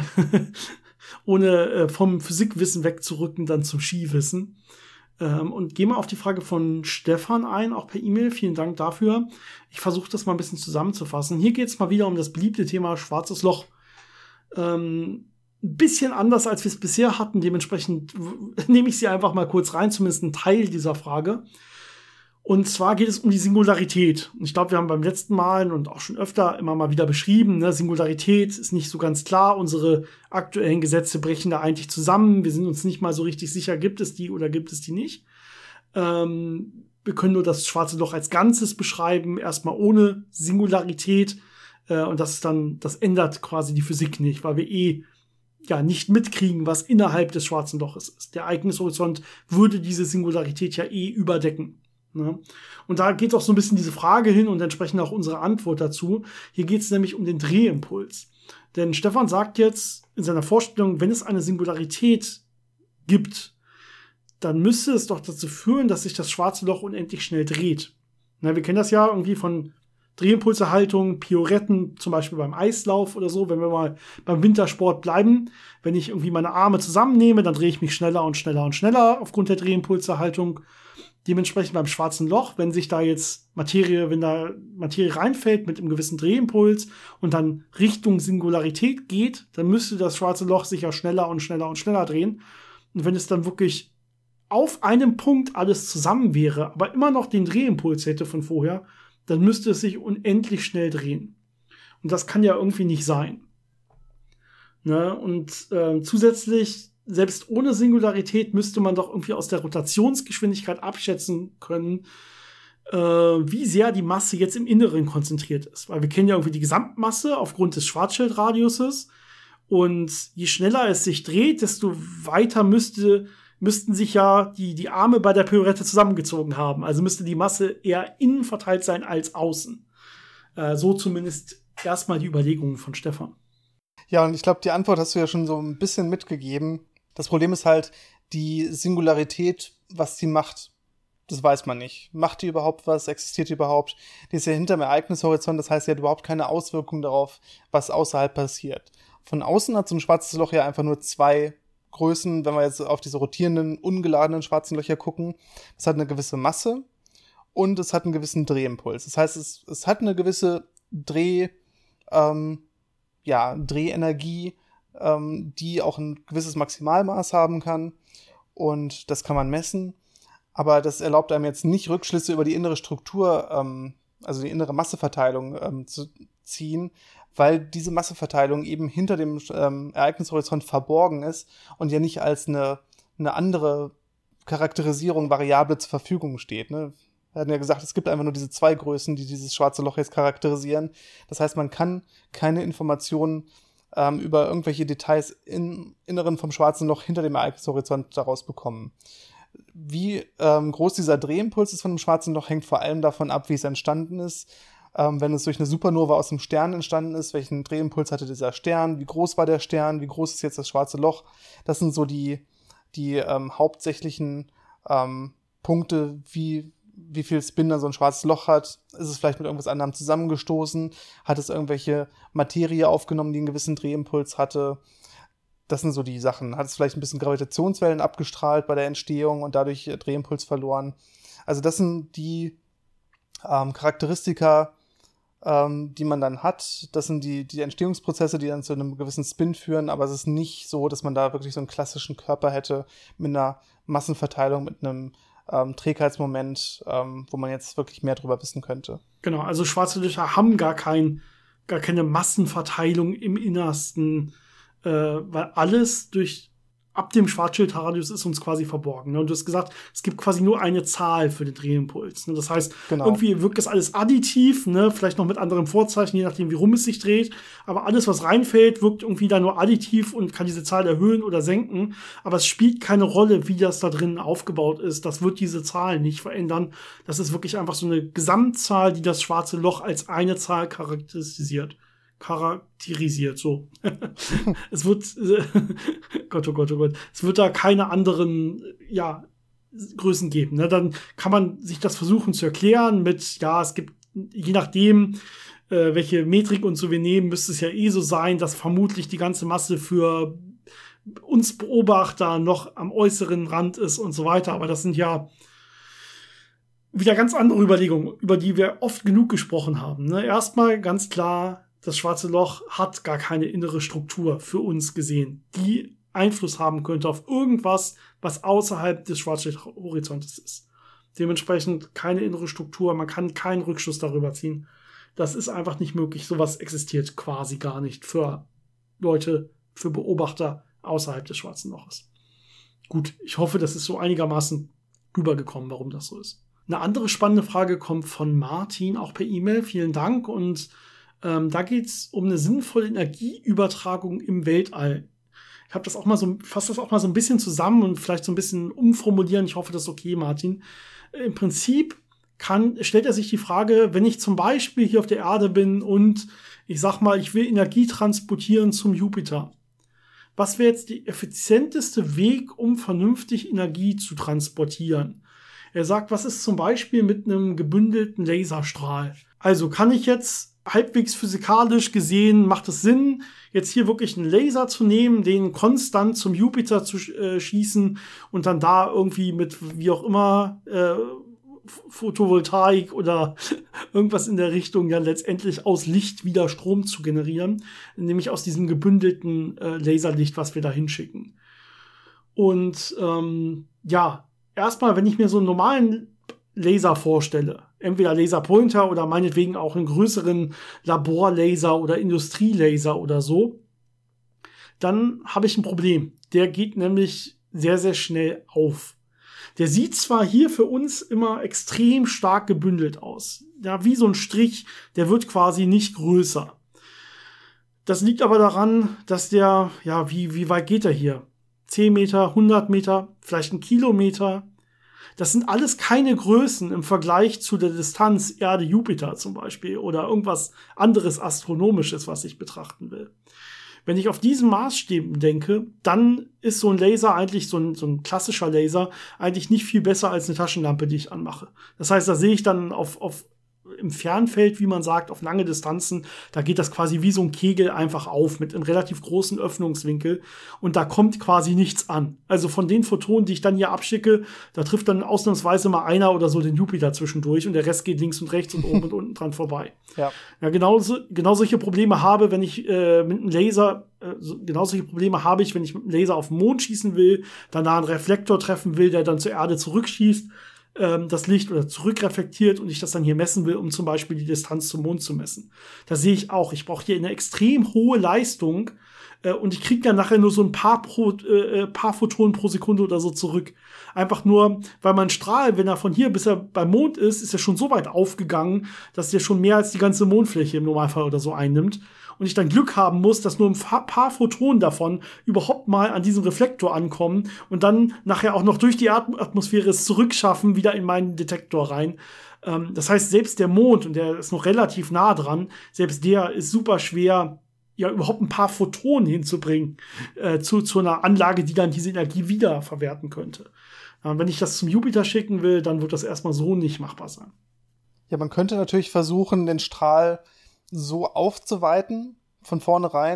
Speaker 1: ohne äh, vom Physikwissen wegzurücken, dann zum Skiwissen. Ähm, und gehen wir auf die Frage von Stefan ein, auch per E-Mail. Vielen Dank dafür. Ich versuche das mal ein bisschen zusammenzufassen. Hier geht es mal wieder um das beliebte Thema Schwarzes Loch. Ähm, Ein bisschen anders, als wir es bisher hatten. Dementsprechend nehme ich sie einfach mal kurz rein, zumindest ein Teil dieser Frage. Und zwar geht es um die Singularität. Und ich glaube, wir haben beim letzten Mal und auch schon öfter immer mal wieder beschrieben, ne, Singularität ist nicht so ganz klar. Unsere aktuellen Gesetze brechen da eigentlich zusammen. Wir sind uns nicht mal so richtig sicher, gibt es die oder gibt es die nicht. Ähm, wir können nur das Schwarze Loch als Ganzes beschreiben, erstmal ohne Singularität. Äh, und das ist dann, das ändert quasi die Physik nicht, weil wir eh ja nicht mitkriegen, was innerhalb des Schwarzen Loches ist. Der Ereignishorizont würde diese Singularität ja eh überdecken. Ne? Und da geht auch so ein bisschen diese Frage hin und entsprechend auch unsere Antwort dazu. Hier geht es nämlich um den Drehimpuls. Denn Stefan sagt jetzt in seiner Vorstellung, wenn es eine Singularität gibt, dann müsste es doch dazu führen, dass sich das Schwarze Loch unendlich schnell dreht. Na, wir kennen das ja irgendwie von Drehimpulserhaltung, Pioretten, zum Beispiel beim Eislauf oder so, wenn wir mal beim Wintersport bleiben. Wenn ich irgendwie meine Arme zusammennehme, dann drehe ich mich schneller und schneller und schneller aufgrund der Drehimpulserhaltung. Dementsprechend beim Schwarzen Loch, wenn sich da jetzt Materie, wenn da Materie reinfällt mit einem gewissen Drehimpuls und dann Richtung Singularität geht, dann müsste das Schwarze Loch sich ja schneller und schneller und schneller drehen. Und wenn es dann wirklich auf einem Punkt alles zusammen wäre, aber immer noch den Drehimpuls hätte von vorher, dann müsste es sich unendlich schnell drehen. Und das kann ja irgendwie nicht sein. Ne? Und äh, zusätzlich, selbst ohne Singularität, müsste man doch irgendwie aus der Rotationsgeschwindigkeit abschätzen können, äh, wie sehr die Masse jetzt im Inneren konzentriert ist. Weil wir kennen ja irgendwie die Gesamtmasse aufgrund des Schwarzschildradiuses. Und je schneller es sich dreht, desto weiter müsste müssten sich ja die, die Arme bei der Pirouette zusammengezogen haben. Also müsste die Masse eher innen verteilt sein als außen. Äh, so zumindest erstmal die Überlegungen von Stefan.
Speaker 2: Ja, und ich glaube, die Antwort hast du ja schon so ein bisschen mitgegeben. Das Problem ist halt, die Singularität, was die macht, das weiß man nicht. Macht die überhaupt was? Existiert die überhaupt? Die ist ja hinterm Ereignishorizont, das heißt, sie hat überhaupt keine Auswirkung darauf, was außerhalb passiert. Von außen hat so ein schwarzes Loch ja einfach nur zwei Größen, wenn wir jetzt auf diese rotierenden, ungeladenen schwarzen Löcher gucken. Es hat eine gewisse Masse und es hat einen gewissen Drehimpuls. Das heißt, es, es hat eine gewisse Dreh, ähm, ja, Drehenergie, ähm, die auch ein gewisses Maximalmaß haben kann. Und das kann man messen. Aber das erlaubt einem jetzt nicht, Rückschlüsse über die innere Struktur, ähm, also die innere Masseverteilung ähm, zu ziehen, weil diese Masseverteilung eben hinter dem ähm, Ereignishorizont verborgen ist und ja nicht als eine, eine andere Charakterisierung, Variable zur Verfügung steht. Ne? Wir hatten ja gesagt, es gibt einfach nur diese zwei Größen, die dieses schwarze Loch jetzt charakterisieren. Das heißt, man kann keine Informationen ähm, über irgendwelche Details im Inneren vom schwarzen Loch hinter dem Ereignishorizont daraus bekommen. Wie ähm, groß dieser Drehimpuls ist von dem schwarzen Loch, hängt vor allem davon ab, wie es entstanden ist. Ähm, wenn es durch eine Supernova aus dem Stern entstanden ist, welchen Drehimpuls hatte dieser Stern, wie groß war der Stern, wie groß ist jetzt das schwarze Loch. Das sind so die, die ähm, hauptsächlichen ähm, Punkte, wie, wie viel Spin dann so ein schwarzes Loch hat. Ist es vielleicht mit irgendwas anderem zusammengestoßen? Hat es irgendwelche Materie aufgenommen, die einen gewissen Drehimpuls hatte? das sind so die Sachen. Hat es vielleicht ein bisschen Gravitationswellen abgestrahlt bei der Entstehung und dadurch äh, Drehimpuls verloren. Also das sind die ähm, Charakteristika, ähm, die man dann hat. Das sind die, die Entstehungsprozesse, die dann zu einem gewissen Spin führen, aber es ist nicht so, dass man da wirklich so einen klassischen Körper hätte mit einer Massenverteilung, mit einem ähm, Trägheitsmoment, ähm, wo man jetzt wirklich mehr drüber wissen könnte.
Speaker 1: Genau, also schwarze Löcher haben gar kein, gar keine Massenverteilung im Innersten, äh, weil alles durch ab dem Schwarzschildradius ist uns quasi verborgen. Ne? Und du hast gesagt, es gibt quasi nur eine Zahl für den Drehimpuls. Ne? Das heißt, genau. irgendwie wirkt das alles additiv, ne? Vielleicht noch mit anderem Vorzeichen, je nachdem, wie rum es sich dreht. Aber alles, was reinfällt, wirkt irgendwie da nur additiv und kann diese Zahl erhöhen oder senken. Aber es spielt keine Rolle, wie das da drin aufgebaut ist. Das wird diese Zahl nicht verändern. Das ist wirklich einfach so eine Gesamtzahl, die das schwarze Loch als eine Zahl charakterisiert. charakterisiert, so. Es wird, äh, Gott, oh Gott, oh Gott, es wird da keine anderen, ja, Größen geben. Ne? Dann kann man sich das versuchen zu erklären mit, ja, es gibt, je nachdem, äh, welche Metrik und so wir nehmen, müsste es ja eh so sein, dass vermutlich die ganze Masse für uns Beobachter noch am äußeren Rand ist und so weiter. Aber das sind ja wieder ganz andere Überlegungen, über die wir oft genug gesprochen haben. Ne? Erstmal ganz klar, das schwarze Loch hat gar keine innere Struktur für uns gesehen, die Einfluss haben könnte auf irgendwas, was außerhalb des Schwarzschildhorizontes ist. Dementsprechend keine innere Struktur, man kann keinen Rückschluss darüber ziehen. Das ist einfach nicht möglich. Sowas existiert quasi gar nicht für Leute, für Beobachter außerhalb des schwarzen Loches. Gut, ich hoffe, das ist so einigermaßen rübergekommen, warum das so ist. Eine andere spannende Frage kommt von Martin, auch per E-Mail. Vielen Dank. Und Ähm, da geht es um eine sinnvolle Energieübertragung im Weltall. Ich habe das auch mal so, fasse das auch mal so ein bisschen zusammen und vielleicht so ein bisschen umformulieren. Ich hoffe, das ist okay, Martin. Äh, Im Prinzip kann, stellt er sich die Frage, wenn ich zum Beispiel hier auf der Erde bin und ich sag mal, ich will Energie transportieren zum Jupiter. Was wäre jetzt der effizienteste Weg, um vernünftig Energie zu transportieren? Er sagt, was ist zum Beispiel mit einem gebündelten Laserstrahl? Also kann ich jetzt halbwegs physikalisch gesehen, macht es Sinn, jetzt hier wirklich einen Laser zu nehmen, den konstant zum Jupiter zu äh, schießen und dann da irgendwie mit, wie auch immer, äh, Photovoltaik oder irgendwas in der Richtung ja letztendlich aus Licht wieder Strom zu generieren, nämlich aus diesem gebündelten äh, Laserlicht, was wir da hinschicken. Und ähm, ja, erstmal, wenn ich mir so einen normalen Laser vorstelle, entweder Laserpointer oder meinetwegen auch einen größeren Laborlaser oder Industrielaser oder so, dann habe ich ein Problem. Der geht nämlich sehr, sehr schnell auf. Der sieht zwar hier für uns immer extrem stark gebündelt aus. Ja, wie so ein Strich, der wird quasi nicht größer. Das liegt aber daran, dass der, ja, wie, wie weit geht er hier? zehn Meter, hundert Meter, vielleicht ein Kilometer. Das sind alles keine Größen im Vergleich zu der Distanz Erde-Jupiter zum Beispiel oder irgendwas anderes Astronomisches, was ich betrachten will. Wenn ich auf diesen Maßstäben denke, dann ist so ein Laser eigentlich, so ein, so ein klassischer Laser, eigentlich nicht viel besser als eine Taschenlampe, die ich anmache. Das heißt, da sehe ich dann auf, auf im Fernfeld, wie man sagt, auf lange Distanzen, da geht das quasi wie so ein Kegel einfach auf mit einem relativ großen Öffnungswinkel und da kommt quasi nichts an. Also von den Photonen, die ich dann hier abschicke, da trifft dann ausnahmsweise mal einer oder so den Jupiter zwischendurch und der Rest geht links und rechts und oben und unten dran vorbei. Ja, ja genau, so, genau solche Probleme habe, wenn ich äh, mit einem Laser, äh, so, genau solche Probleme habe ich, wenn ich mit einem Laser auf den Mond schießen will, danach einen Reflektor treffen will, der dann zur Erde zurückschießt, das Licht oder zurückreflektiert und ich das dann hier messen will, um zum Beispiel die Distanz zum Mond zu messen. Da sehe ich auch, ich brauche hier eine extrem hohe Leistung äh, und ich kriege dann nachher nur so ein paar, pro, äh, paar Photonen pro Sekunde oder so zurück. Einfach nur, weil mein Strahl, wenn er von hier bis er beim Mond ist, ist er schon so weit aufgegangen, dass der schon mehr als die ganze Mondfläche im Normalfall oder so einnimmt. Und ich dann Glück haben muss, dass nur ein paar Photonen davon überhaupt mal an diesem Reflektor ankommen und dann nachher auch noch durch die Atmosphäre es zurückschaffen, wieder in meinen Detektor rein. Ähm, das heißt, selbst der Mond, und der ist noch relativ nah dran, selbst der ist super schwer, ja, überhaupt ein paar Photonen hinzubringen äh, zu, zu einer Anlage, die dann diese Energie wieder verwerten könnte. Äh, wenn ich das zum Jupiter schicken will, dann wird das erstmal so nicht machbar sein.
Speaker 2: Ja, man könnte natürlich versuchen, den Strahl so aufzuweiten, von vornherein,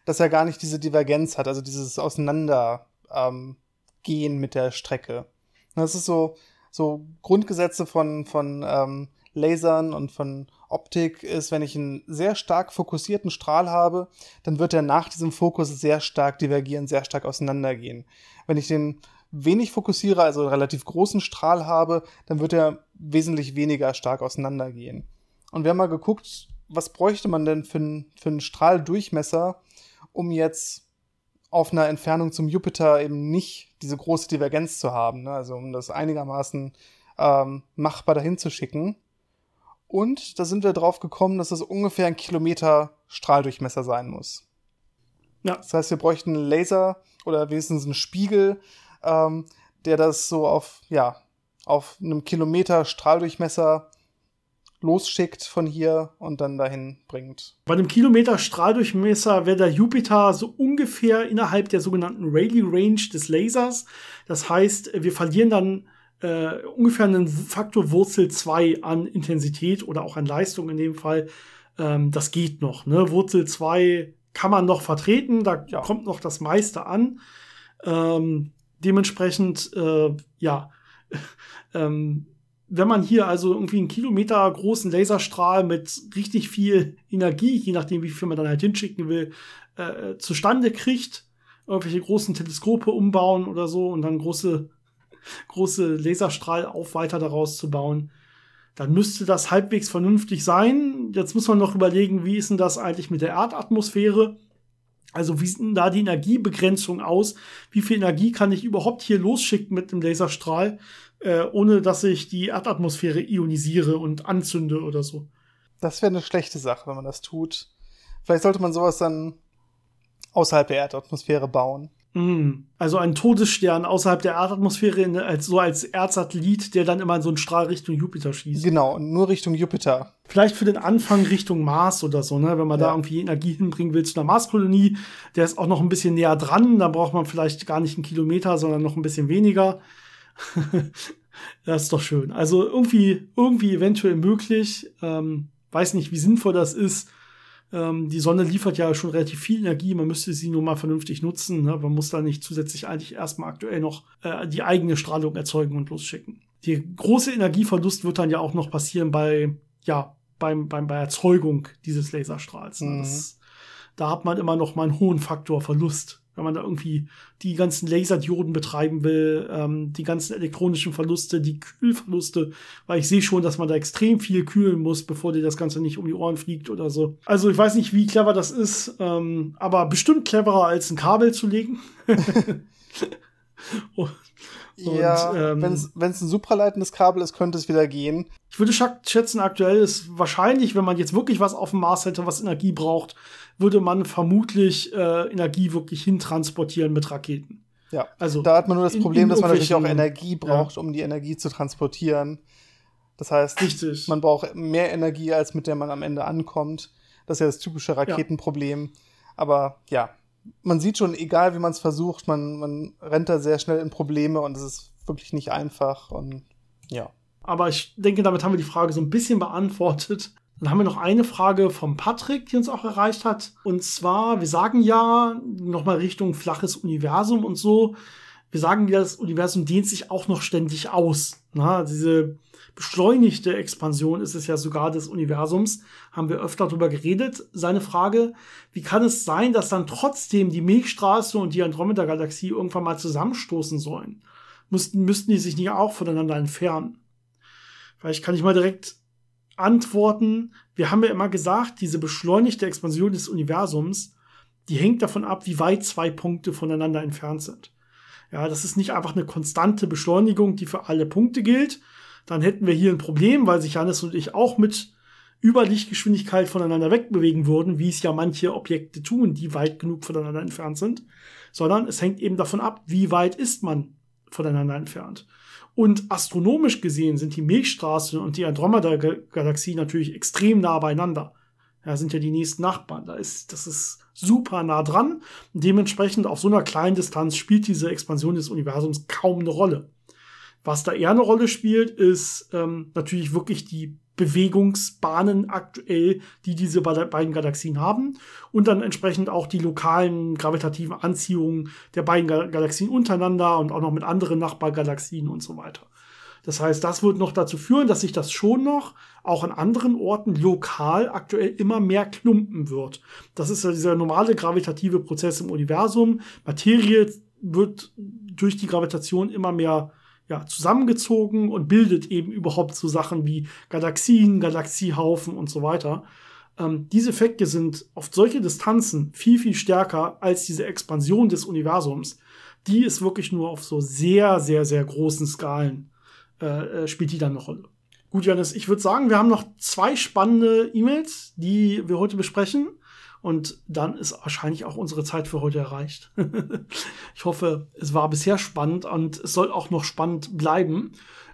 Speaker 2: dass er gar nicht diese Divergenz hat, also dieses Auseinandergehen ähm, gehen mit der Strecke. Das ist so, so Grundgesetze von, von ähm, Lasern und von Optik ist, wenn ich einen sehr stark fokussierten Strahl habe, dann wird er nach diesem Fokus sehr stark divergieren, sehr stark auseinandergehen. Wenn ich den wenig fokussiere, also einen relativ großen Strahl habe, dann wird er wesentlich weniger stark auseinandergehen. Und wir haben mal geguckt, was bräuchte man denn für einen, für einen Strahldurchmesser, um jetzt auf einer Entfernung zum Jupiter eben nicht diese große Divergenz zu haben, ne? Also um das einigermaßen ähm, machbar dahin zu schicken. Und da sind wir drauf gekommen, dass das ungefähr ein Kilometer Strahldurchmesser sein muss. Ja. Das heißt, wir bräuchten einen Laser oder wenigstens einen Spiegel, ähm, der das so auf, ja, auf einem Kilometer Strahldurchmesser losschickt von hier und dann dahin bringt.
Speaker 1: Bei einem Kilometer Strahldurchmesser wäre der Jupiter so ungefähr innerhalb der sogenannten Rayleigh Range des Lasers. Das heißt, wir verlieren dann äh, ungefähr einen Faktor Wurzel zwei an Intensität oder auch an Leistung in dem Fall. Ähm, das geht noch, ne? Wurzel zwei kann man noch vertreten, da ja. kommt noch das meiste an. Ähm, dementsprechend, äh, ja, ähm, wenn man hier also irgendwie einen Kilometer großen Laserstrahl mit richtig viel Energie, je nachdem wie viel man dann halt hinschicken will, äh, zustande kriegt, irgendwelche großen Teleskope umbauen oder so und dann große, große Laserstrahlaufweiter daraus zu bauen, dann müsste das halbwegs vernünftig sein. Jetzt muss man noch überlegen, wie ist denn das eigentlich mit der Erdatmosphäre? Also wie sieht denn da die Energiebegrenzung aus? Wie viel Energie kann ich überhaupt hier losschicken mit dem Laserstrahl, äh, ohne dass ich die Erdatmosphäre ionisiere und anzünde oder so?
Speaker 2: Das wäre eine schlechte Sache, wenn man das tut. Vielleicht sollte man sowas dann außerhalb der Erdatmosphäre bauen.
Speaker 1: Mm. Also ein Todesstern außerhalb der Erdatmosphäre, als, so als Erdsatellit, der dann immer so einen Strahl Richtung Jupiter schießt.
Speaker 2: Genau, nur Richtung Jupiter.
Speaker 1: Vielleicht für den Anfang Richtung Mars oder so, ne? Wenn man ja. da irgendwie Energie hinbringen will zu einer Marskolonie. Der ist auch noch ein bisschen näher dran. Da braucht man vielleicht gar nicht einen Kilometer, sondern noch ein bisschen weniger. Das ist doch schön. Also irgendwie, irgendwie eventuell möglich. Ähm, weiß nicht, wie sinnvoll das ist. Ähm, die Sonne liefert ja schon relativ viel Energie. Man müsste sie nur mal vernünftig nutzen. Ne? Man muss da nicht zusätzlich eigentlich erstmal aktuell noch äh, die eigene Strahlung erzeugen und losschicken. Der große Energieverlust wird dann ja auch noch passieren bei, ja, beim, beim, bei Erzeugung dieses Laserstrahls. Ne? Mhm. Das, da hat man immer noch mal einen hohen Faktor Verlust. Wenn man da irgendwie die ganzen Laserdioden betreiben will, ähm, die ganzen elektronischen Verluste, die Kühlverluste, weil ich sehe schon, dass man da extrem viel kühlen muss, bevor dir das Ganze nicht um die Ohren fliegt oder so. Also ich weiß nicht, wie clever das ist, ähm, aber bestimmt cleverer als ein Kabel zu legen.
Speaker 2: Und, ja, ähm, wenn es ein supraleitendes Kabel ist, könnte es wieder gehen.
Speaker 1: Ich würde schätzen, aktuell ist wahrscheinlich, wenn man jetzt wirklich was auf dem Mars hätte, was Energie braucht, würde man vermutlich äh, Energie wirklich hintransportieren mit Raketen.
Speaker 2: Ja, also da hat man nur das Problem, dass man natürlich auch Energie braucht, ja. um die Energie zu transportieren. Das heißt, Richtig. man braucht mehr Energie, als mit der man am Ende ankommt. Das ist ja das typische Raketenproblem. Ja. Aber ja, man sieht schon, egal wie man es versucht, man, man rennt da sehr schnell in Probleme und es ist wirklich nicht einfach. Und ja.
Speaker 1: Aber ich denke, damit haben wir die Frage so ein bisschen beantwortet. Dann haben wir noch eine Frage vom Patrick, die uns auch erreicht hat. Und zwar, wir sagen ja, nochmal Richtung flaches Universum und so, wir sagen ja, das Universum dehnt sich auch noch ständig aus. Na, diese beschleunigte Expansion ist es ja sogar des Universums, haben wir öfter darüber geredet. Seine Frage, wie kann es sein, dass dann trotzdem die Milchstraße und die Andromeda-Galaxie irgendwann mal zusammenstoßen sollen? Müssten, müssten die sich nicht auch voneinander entfernen? Vielleicht kann ich mal direkt antworten. Wir haben ja immer gesagt, diese beschleunigte Expansion des Universums, die hängt davon ab, wie weit zwei Punkte voneinander entfernt sind. Ja, das ist nicht einfach eine konstante Beschleunigung, die für alle Punkte gilt. Dann hätten wir hier ein Problem, weil sich Hannes und ich auch mit Überlichtgeschwindigkeit voneinander wegbewegen würden, wie es ja manche Objekte tun, die weit genug voneinander entfernt sind. Sondern es hängt eben davon ab, wie weit ist man voneinander entfernt. Und astronomisch gesehen sind die Milchstraße und die Andromeda-Galaxie natürlich extrem nah beieinander. Ja, sind ja die nächsten Nachbarn. Da ist, das ist super nah dran. Und dementsprechend auf so einer kleinen Distanz spielt diese Expansion des Universums kaum eine Rolle. Was da eher eine Rolle spielt, ist ähm, natürlich wirklich die Bewegungsbahnen aktuell, die diese beiden Galaxien haben und dann entsprechend auch die lokalen gravitativen Anziehungen der beiden Galaxien untereinander und auch noch mit anderen Nachbargalaxien und so weiter. Das heißt, das wird noch dazu führen, dass sich das schon noch auch an anderen Orten lokal aktuell immer mehr klumpen wird. Das ist ja dieser normale gravitative Prozess im Universum. Materie wird durch die Gravitation immer mehr ja, zusammengezogen und bildet eben überhaupt so Sachen wie Galaxien, Galaxiehaufen und so weiter. Ähm, diese Effekte sind auf solche Distanzen viel, viel stärker als diese Expansion des Universums. Die ist wirklich nur auf so sehr, sehr, sehr großen Skalen äh, spielt die dann eine Rolle. Gut, Janis, ich würde sagen, wir haben noch zwei spannende E-Mails, die wir heute besprechen. Und dann ist wahrscheinlich auch unsere Zeit für heute erreicht. Ich hoffe, es war bisher spannend und es soll auch noch spannend bleiben.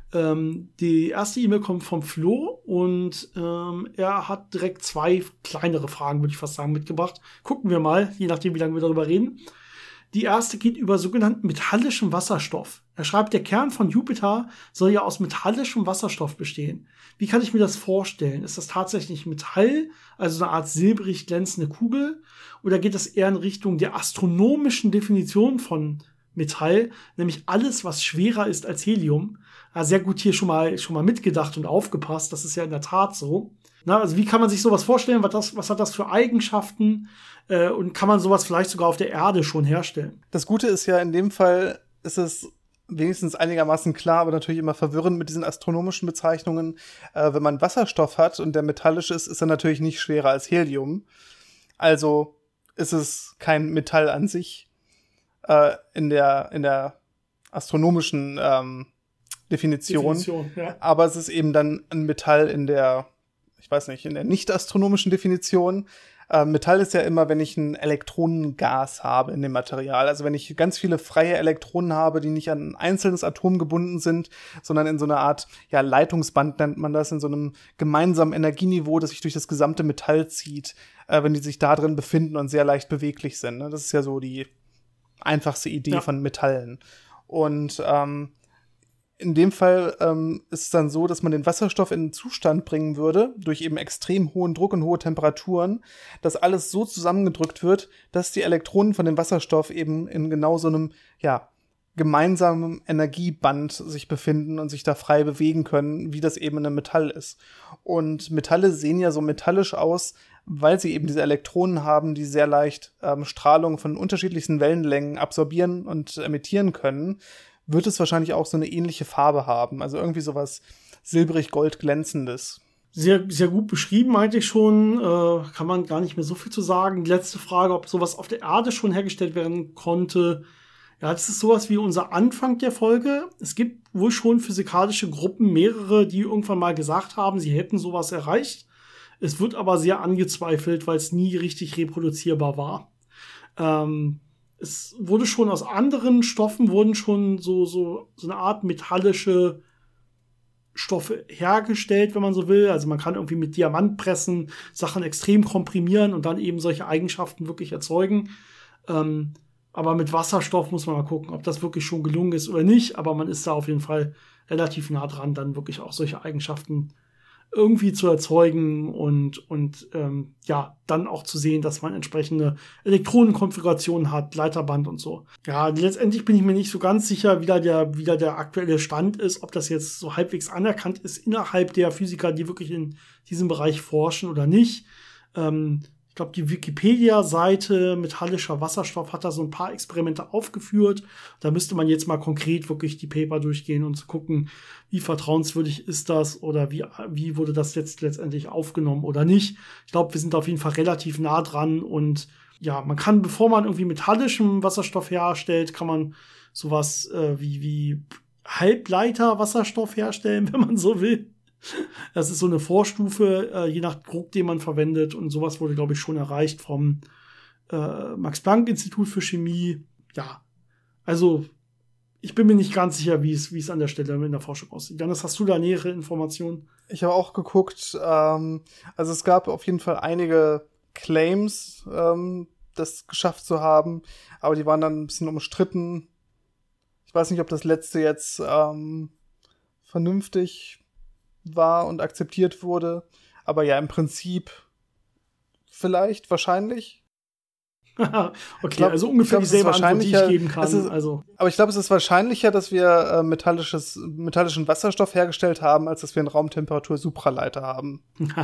Speaker 1: Ähm, die erste E-Mail kommt vom Flo und ähm, er hat direkt zwei kleinere Fragen, würde ich fast sagen, mitgebracht. Gucken wir mal, je nachdem, wie lange wir darüber reden. Die erste geht über sogenannten metallischen Wasserstoff. Er schreibt, der Kern von Jupiter soll ja aus metallischem Wasserstoff bestehen. Wie kann ich mir das vorstellen? Ist das tatsächlich Metall, also eine Art silbrig glänzende Kugel? Oder geht es eher in Richtung der astronomischen Definition von Metall, nämlich alles, was schwerer ist als Helium? Ja, sehr gut hier schon mal, schon mal mitgedacht und aufgepasst. Das ist ja in der Tat so. Na, also wie kann man sich sowas vorstellen? Was, das, was hat das für Eigenschaften? Äh, und kann man sowas vielleicht sogar auf der Erde schon herstellen?
Speaker 2: Das Gute ist ja, in dem Fall ist es wenigstens einigermaßen klar, aber natürlich immer verwirrend mit diesen astronomischen Bezeichnungen. Äh, wenn man Wasserstoff hat und der metallisch ist, ist er natürlich nicht schwerer als Helium. Also ist es kein Metall an sich äh, in der in der astronomischen ähm, Definition.
Speaker 1: Definition ja.
Speaker 2: Aber es ist eben dann ein Metall in der, ich weiß nicht, in der nicht-astronomischen Definition. Äh, Metall ist ja immer, wenn ich ein Elektronengas habe in dem Material. Also wenn ich ganz viele freie Elektronen habe, die nicht an ein einzelnes Atom gebunden sind, sondern in so einer Art, ja, Leitungsband nennt man das, in so einem gemeinsamen Energieniveau, das sich durch das gesamte Metall zieht, äh, wenn die sich da drin befinden und sehr leicht beweglich sind. Ne? Das ist ja so die einfachste Idee ja. von Metallen. Und ähm, in dem Fall ähm, ist es dann so, dass man den Wasserstoff in einen Zustand bringen würde, durch eben extrem hohen Druck und hohe Temperaturen, dass alles so zusammengedrückt wird, dass die Elektronen von dem Wasserstoff eben in genau so einem, ja, gemeinsamen Energieband sich befinden und sich da frei bewegen können, wie das eben in einem Metall ist. Und Metalle sehen ja so metallisch aus, weil sie eben diese Elektronen haben, die sehr leicht ähm, Strahlung von unterschiedlichsten Wellenlängen absorbieren und emittieren können, wird es wahrscheinlich auch so eine ähnliche Farbe haben. Also irgendwie sowas silbrig-gold-glänzendes.
Speaker 1: Sehr, sehr gut beschrieben, meinte ich schon. Äh, kann man gar nicht mehr so viel zu sagen. Die letzte Frage, ob sowas auf der Erde schon hergestellt werden konnte. Ja, das ist sowas wie unser Anfang der Folge. Es gibt wohl schon physikalische Gruppen, mehrere, die irgendwann mal gesagt haben, sie hätten sowas erreicht. Es wird aber sehr angezweifelt, weil es nie richtig reproduzierbar war. Ähm, Es wurde schon aus anderen Stoffen, wurden schon so, so, so eine Art metallische Stoffe hergestellt, wenn man so will. Also man kann irgendwie mit Diamantpressen Sachen extrem komprimieren und dann eben solche Eigenschaften wirklich erzeugen. Ähm, aber mit Wasserstoff muss man mal gucken, ob das wirklich schon gelungen ist oder nicht. Aber man ist da auf jeden Fall relativ nah dran, dann wirklich auch solche Eigenschaften irgendwie zu erzeugen und, und ähm, ja, dann auch zu sehen, dass man entsprechende Elektronenkonfigurationen hat, Leiterband und so. Ja, letztendlich bin ich mir nicht so ganz sicher, wie da der, wie da der aktuelle Stand ist, ob das jetzt so halbwegs anerkannt ist innerhalb der Physiker, die wirklich in diesem Bereich forschen oder nicht. Ähm, ich glaube, die Wikipedia-Seite metallischer Wasserstoff hat da so ein paar Experimente aufgeführt. Da müsste man jetzt mal konkret wirklich die Paper durchgehen und zu gucken, wie vertrauenswürdig ist das oder wie, wie wurde das jetzt letztendlich aufgenommen oder nicht. Ich glaube, wir sind auf jeden Fall relativ nah dran und ja, man kann, bevor man irgendwie metallischen Wasserstoff herstellt, kann man sowas äh, wie, wie Halbleiter-Wasserstoff herstellen, wenn man so will. Das ist so eine Vorstufe, äh, je nach Druck, den man verwendet. Und sowas wurde, glaube ich, schon erreicht vom äh, Max-Planck-Institut für Chemie. Ja, also ich bin mir nicht ganz sicher, wie es wie es an der Stelle in der Forschung aussieht. Janis, hast du da nähere Informationen?
Speaker 2: Ich habe auch geguckt. Ähm, also es gab auf jeden Fall einige Claims, ähm, das geschafft zu haben. Aber die waren dann ein bisschen umstritten. Ich weiß nicht, ob das letzte jetzt ähm, vernünftig war und akzeptiert wurde. Aber ja, im Prinzip vielleicht, wahrscheinlich.
Speaker 1: okay,
Speaker 2: glaub,
Speaker 1: also ungefähr
Speaker 2: glaub,
Speaker 1: dieselbe Antwort, die ich geben kann.
Speaker 2: Ist,
Speaker 1: also.
Speaker 2: Aber ich glaube, es ist wahrscheinlicher, dass wir äh, metallisches, metallischen Wasserstoff hergestellt haben, als dass wir einen Raumtemperatur-Supraleiter haben.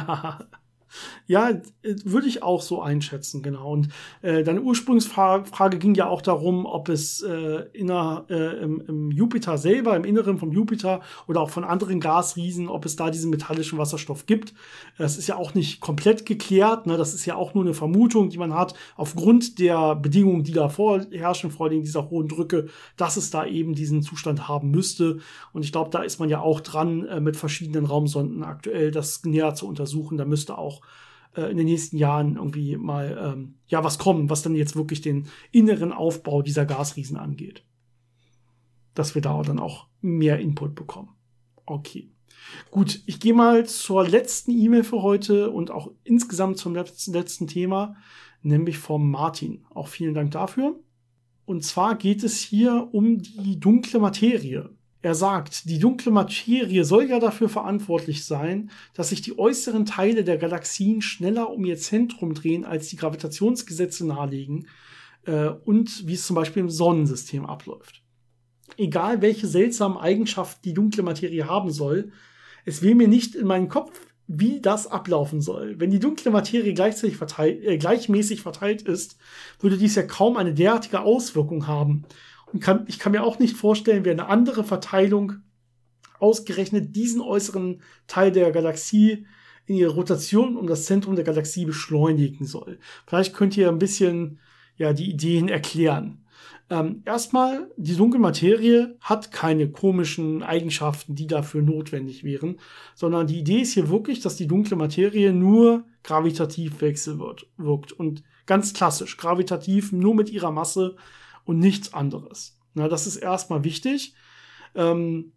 Speaker 1: Ja, würde ich auch so einschätzen, genau. Und äh, deine Ursprungsfrage ging ja auch darum, ob es äh, inner, äh, im, im Jupiter selber, im Inneren vom Jupiter oder auch von anderen Gasriesen, ob es da diesen metallischen Wasserstoff gibt. Das ist ja auch nicht komplett geklärt, ne? Das ist ja auch nur eine Vermutung, die man hat, aufgrund der Bedingungen, die da vorherrschen, vor allem dieser hohen Drücke, dass es da eben diesen Zustand haben müsste. Und ich glaube, da ist man ja auch dran, äh, mit verschiedenen Raumsonden aktuell das näher zu untersuchen. Da müsste auch in den nächsten Jahren irgendwie mal ähm, ja was kommen, was dann jetzt wirklich den inneren Aufbau dieser Gasriesen angeht. Dass wir da dann auch mehr Input bekommen. Okay. Gut, ich gehe mal zur letzten E-Mail für heute und auch insgesamt zum letzten, letzten Thema, nämlich vom Martin. Auch vielen Dank dafür. Und zwar geht es hier um die dunkle Materie. Er sagt, die dunkle Materie soll ja dafür verantwortlich sein, dass sich die äußeren Teile der Galaxien schneller um ihr Zentrum drehen, als die Gravitationsgesetze nahelegen äh, und wie es zum Beispiel im Sonnensystem abläuft. Egal, welche seltsamen Eigenschaften die dunkle Materie haben soll, es will mir nicht in meinen Kopf, wie das ablaufen soll. Wenn die dunkle Materie gleichzeitig verteilt, äh, gleichmäßig verteilt ist, würde dies ja kaum eine derartige Auswirkung haben. Und kann, ich kann mir auch nicht vorstellen, wie eine andere Verteilung ausgerechnet diesen äußeren Teil der Galaxie in ihrer Rotation um das Zentrum der Galaxie beschleunigen soll. Vielleicht könnt ihr ein bisschen ja, die Ideen erklären. Ähm, erstmal, die dunkle Materie hat keine komischen Eigenschaften, die dafür notwendig wären, sondern die Idee ist hier wirklich, dass die dunkle Materie nur gravitativ wechselwirkt. Und ganz klassisch, gravitativ nur mit ihrer Masse und nichts anderes. Na, das ist erstmal wichtig. Ähm,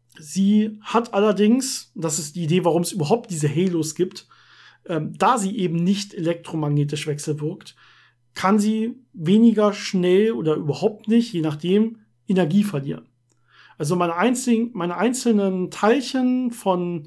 Speaker 1: sie hat allerdings, das ist die Idee, warum es überhaupt diese Halos gibt, ähm, da sie eben nicht elektromagnetisch wechselwirkt, kann sie weniger schnell oder überhaupt nicht, je nachdem, Energie verlieren. Also meine einzelnen, meine einzelnen Teilchen von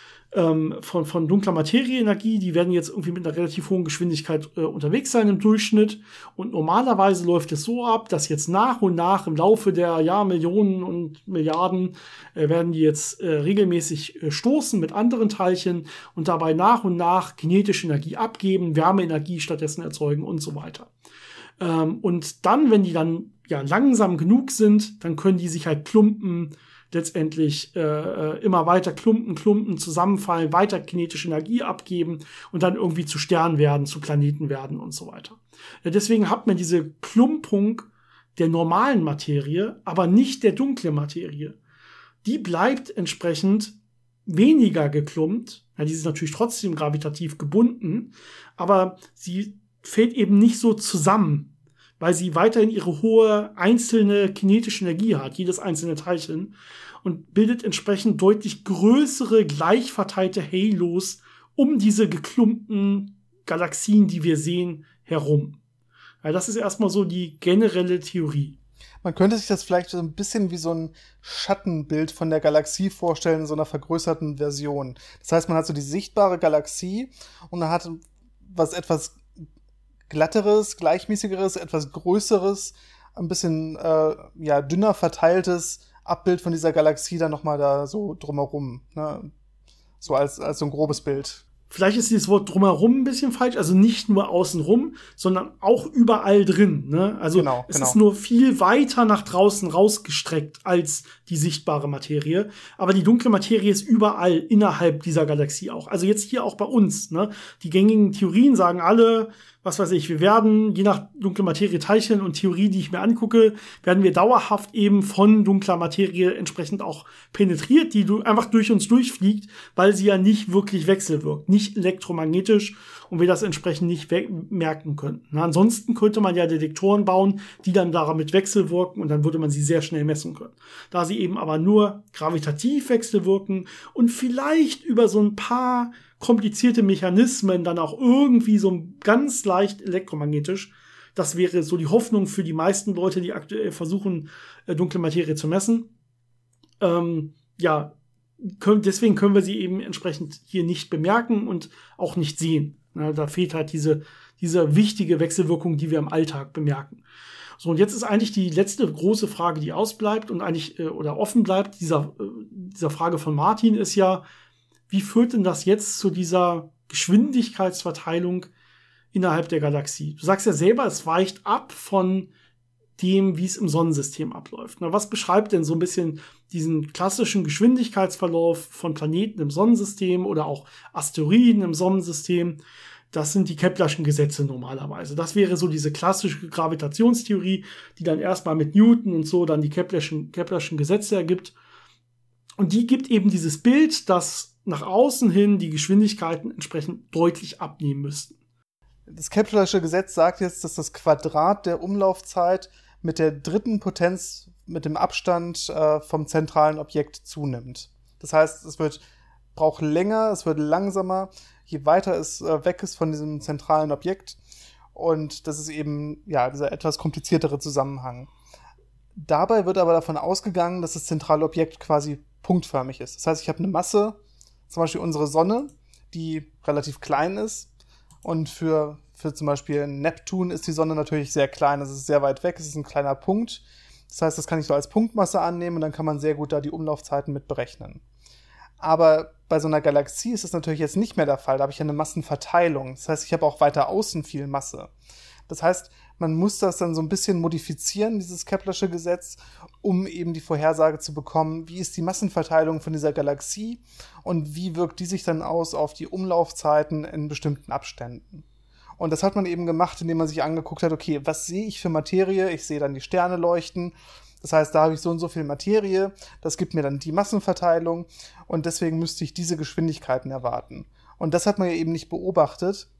Speaker 1: Ähm, von, von dunkler Materieenergie, die werden jetzt irgendwie mit einer relativ hohen Geschwindigkeit äh, unterwegs sein im Durchschnitt. Und normalerweise läuft es so ab, dass jetzt nach und nach im Laufe der ja, Millionen und Milliarden äh, werden die jetzt äh, regelmäßig äh, stoßen mit anderen Teilchen und dabei nach und nach kinetische Energie abgeben, Wärmeenergie stattdessen erzeugen und so weiter. Ähm, und dann, wenn die dann ja langsam genug sind, dann können die sich halt klumpen, letztendlich äh, immer weiter klumpen, klumpen, zusammenfallen, weiter kinetische Energie abgeben und dann irgendwie zu Sternen werden, zu Planeten werden und so weiter. Ja, deswegen hat man diese Klumpung der normalen Materie, aber nicht der dunklen Materie. Die bleibt entsprechend weniger geklumpt. Ja, die ist natürlich trotzdem gravitativ gebunden, aber sie fällt eben nicht so zusammen, weil sie weiterhin ihre hohe einzelne kinetische Energie hat, jedes einzelne Teilchen, und bildet entsprechend deutlich größere, gleich verteilte Halos um diese geklumpten Galaxien, die wir sehen, herum. Ja, das ist erstmal so die generelle Theorie.
Speaker 2: Man könnte sich das vielleicht so ein bisschen wie so ein Schattenbild von der Galaxie vorstellen, in so einer vergrößerten Version. Das heißt, man hat so die sichtbare Galaxie und man hat was etwas glatteres, gleichmäßigeres, etwas größeres, ein bisschen äh, ja, dünner verteiltes Abbild von dieser Galaxie dann nochmal da so drumherum. Ne? So als, als so ein grobes Bild.
Speaker 1: Vielleicht ist dieses Wort drumherum ein bisschen falsch, also nicht nur außenrum, sondern auch überall drin. Ne? Also
Speaker 2: genau,
Speaker 1: es
Speaker 2: genau.
Speaker 1: ist nur viel weiter nach draußen rausgestreckt als die sichtbare Materie. Aber die dunkle Materie ist überall innerhalb dieser Galaxie auch. Also jetzt hier auch bei uns. Ne? Die gängigen Theorien sagen alle, was weiß ich, wir werden, je nach dunkle Materie Teilchen und Theorie, die ich mir angucke, werden wir dauerhaft eben von dunkler Materie entsprechend auch penetriert, die einfach durch uns durchfliegt, weil sie ja nicht wirklich wechselwirkt, nicht elektromagnetisch und wir das entsprechend nicht merken können. Na, ansonsten könnte man ja Detektoren bauen, die dann damit wechselwirken und dann würde man sie sehr schnell messen können. Da sie eben aber nur gravitativ wechselwirken und vielleicht über so ein paar komplizierte Mechanismen dann auch irgendwie so ganz leicht elektromagnetisch. Das wäre so die Hoffnung für die meisten Leute, die aktuell versuchen, äh, dunkle Materie zu messen. Ähm, ja, können, deswegen können wir sie eben entsprechend hier nicht bemerken und auch nicht sehen. Ja, da fehlt halt diese, diese wichtige Wechselwirkung, die wir im Alltag bemerken. So, und jetzt ist eigentlich die letzte große Frage, die ausbleibt und eigentlich äh, oder offen bleibt, dieser, äh, dieser Frage von Martin ist ja, wie führt denn das jetzt zu dieser Geschwindigkeitsverteilung innerhalb der Galaxie? Du sagst ja selber, es weicht ab von dem, wie es im Sonnensystem abläuft. Na, was beschreibt denn so ein bisschen diesen klassischen Geschwindigkeitsverlauf von Planeten im Sonnensystem oder auch Asteroiden im Sonnensystem? Das sind die Keplerschen Gesetze normalerweise. Das wäre so diese klassische Gravitationstheorie, die dann erstmal mit Newton und so dann die Keplerschen, Keplerschen Gesetze ergibt. Und die gibt eben dieses Bild, dass nach außen hin die Geschwindigkeiten entsprechend deutlich abnehmen müssten.
Speaker 2: Das Keplersche Gesetz sagt jetzt, dass das Quadrat der Umlaufzeit mit der dritten Potenz, mit dem Abstand äh, vom zentralen Objekt zunimmt. Das heißt, es wird, braucht länger, es wird langsamer, je weiter es äh, weg ist von diesem zentralen Objekt. Und das ist eben ja dieser etwas kompliziertere Zusammenhang. Dabei wird aber davon ausgegangen, dass das zentrale Objekt quasi punktförmig ist. Das heißt, ich habe eine Masse, zum Beispiel unsere Sonne, die relativ klein ist. Und für, für zum Beispiel Neptun ist die Sonne natürlich sehr klein. Es ist sehr weit weg, es ist ein kleiner Punkt. Das heißt, das kann ich so als Punktmasse annehmen und dann kann man sehr gut da die Umlaufzeiten mit berechnen. Aber bei so einer Galaxie ist das natürlich jetzt nicht mehr der Fall. Da habe ich ja eine Massenverteilung. Das heißt, ich habe auch weiter außen viel Masse. Das heißt, man muss das dann so ein bisschen modifizieren, dieses Keplersche Gesetz, um eben die Vorhersage zu bekommen, wie ist die Massenverteilung von dieser Galaxie und wie wirkt die sich dann aus auf die Umlaufzeiten in bestimmten Abständen. Und das hat man eben gemacht, indem man sich angeguckt hat, okay, was sehe ich für Materie? Ich sehe dann die Sterne leuchten. Das heißt, da habe ich so und so viel Materie. Das gibt mir dann die Massenverteilung. Und deswegen müsste ich diese Geschwindigkeiten erwarten. Und das hat man ja eben nicht beobachtet.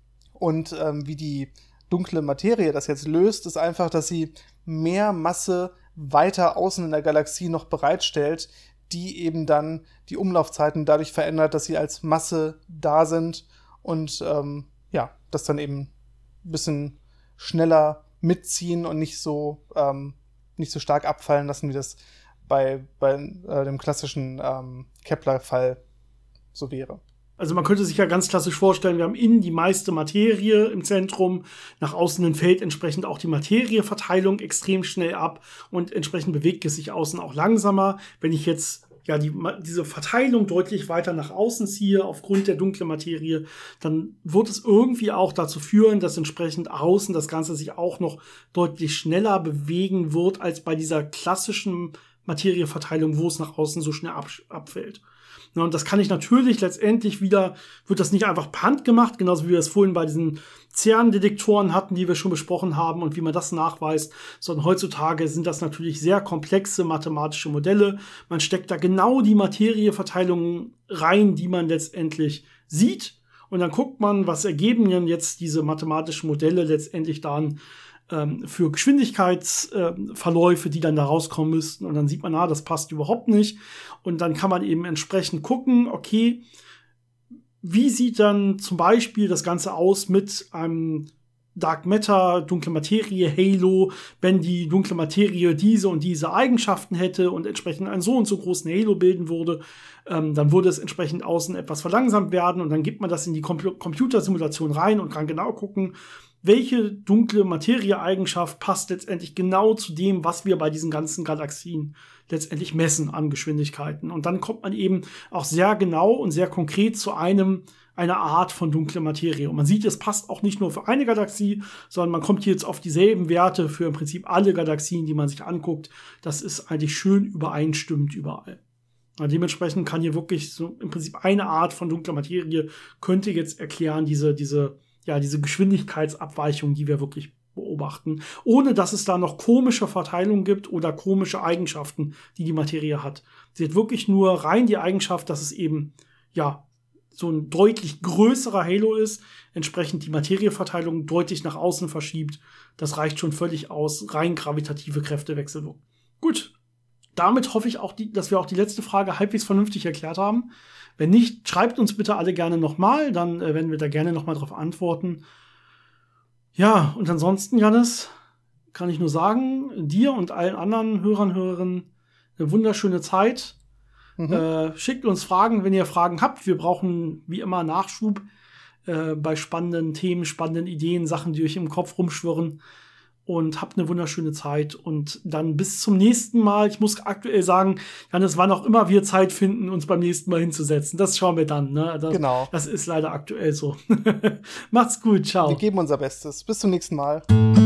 Speaker 2: Und ähm, wie die dunkle Materie das jetzt löst, ist einfach, dass sie mehr Masse weiter außen in der Galaxie noch bereitstellt, die eben dann die Umlaufzeiten dadurch verändert, dass sie als Masse da sind und ähm, ja, das dann eben ein bisschen schneller mitziehen und nicht so ähm, nicht so stark abfallen lassen, wie das bei, bei äh, dem klassischen ähm, Kepler-Fall so wäre.
Speaker 1: Also man könnte sich ja ganz klassisch vorstellen, wir haben innen die meiste Materie im Zentrum, nach außen hin fällt entsprechend auch die Materieverteilung extrem schnell ab und entsprechend bewegt es sich außen auch langsamer. Wenn ich jetzt ja die, diese Verteilung deutlich weiter nach außen ziehe aufgrund der dunklen Materie, dann wird es irgendwie auch dazu führen, dass entsprechend außen das Ganze sich auch noch deutlich schneller bewegen wird als bei dieser klassischen Materieverteilung, wo es nach außen so schnell ab, abfällt. Ja, und das kann ich natürlich letztendlich wieder, wird das nicht einfach per Hand gemacht, genauso wie wir es vorhin bei diesen CERN-Detektoren hatten, die wir schon besprochen haben und wie man das nachweist, sondern heutzutage sind das natürlich sehr komplexe mathematische Modelle. Man steckt da genau die Materieverteilungen rein, die man letztendlich sieht. Und dann guckt man, was ergeben denn jetzt diese mathematischen Modelle letztendlich dann ähm, für Geschwindigkeitsverläufe, äh, die dann da rauskommen müssten. Und dann sieht man, ah, das passt überhaupt nicht. Und dann kann man eben entsprechend gucken, okay, wie sieht dann zum Beispiel das Ganze aus mit einem Dark Matter, dunkle Materie, Halo, wenn die dunkle Materie diese und diese Eigenschaften hätte und entsprechend einen so und so großen Halo bilden würde, ähm, dann würde es entsprechend außen etwas verlangsamt werden und dann gibt man das in die Compu- Computersimulation rein und kann genau gucken, welche dunkle Materie-Eigenschaft passt letztendlich genau zu dem, was wir bei diesen ganzen Galaxien letztendlich messen an Geschwindigkeiten. Und dann kommt man eben auch sehr genau und sehr konkret zu einem einer Art von dunkler Materie. Und man sieht, es passt auch nicht nur für eine Galaxie, sondern man kommt jetzt auf dieselben Werte für im Prinzip alle Galaxien, die man sich anguckt. Das ist eigentlich schön übereinstimmend überall. Und dementsprechend kann hier wirklich so im Prinzip eine Art von dunkler Materie könnte jetzt erklären, diese, diese, ja, diese Geschwindigkeitsabweichung, die wir wirklich beobachten, ohne dass es da noch komische Verteilung gibt oder komische Eigenschaften, die die Materie hat. Sie hat wirklich nur rein die Eigenschaft, dass es eben, ja, so ein deutlich größerer Halo ist, entsprechend die Materieverteilung deutlich nach außen verschiebt. Das reicht schon völlig aus, rein gravitative Kräftewechselwirkung. Gut, damit hoffe ich auch, die, dass wir auch die letzte Frage halbwegs vernünftig erklärt haben. Wenn nicht, schreibt uns bitte alle gerne nochmal, dann äh, werden wir da gerne nochmal drauf antworten. Ja, und ansonsten, Jannis, kann ich nur sagen, dir und allen anderen Hörern, Hörerinnen eine wunderschöne Zeit.
Speaker 2: Mhm.
Speaker 1: Äh, schickt uns Fragen, wenn ihr Fragen habt. Wir brauchen wie immer Nachschub äh, bei spannenden Themen, spannenden Ideen, Sachen, die euch im Kopf rumschwirren. Und habt eine wunderschöne Zeit. Und dann bis zum nächsten Mal. Ich muss aktuell sagen, Johannes, wann auch immer wir Zeit finden, uns beim nächsten Mal hinzusetzen. Das schauen wir dann. Ne? Das,
Speaker 2: Genau.
Speaker 1: Das ist leider aktuell so. Macht's gut. Ciao.
Speaker 2: Wir geben unser Bestes. Bis zum nächsten Mal.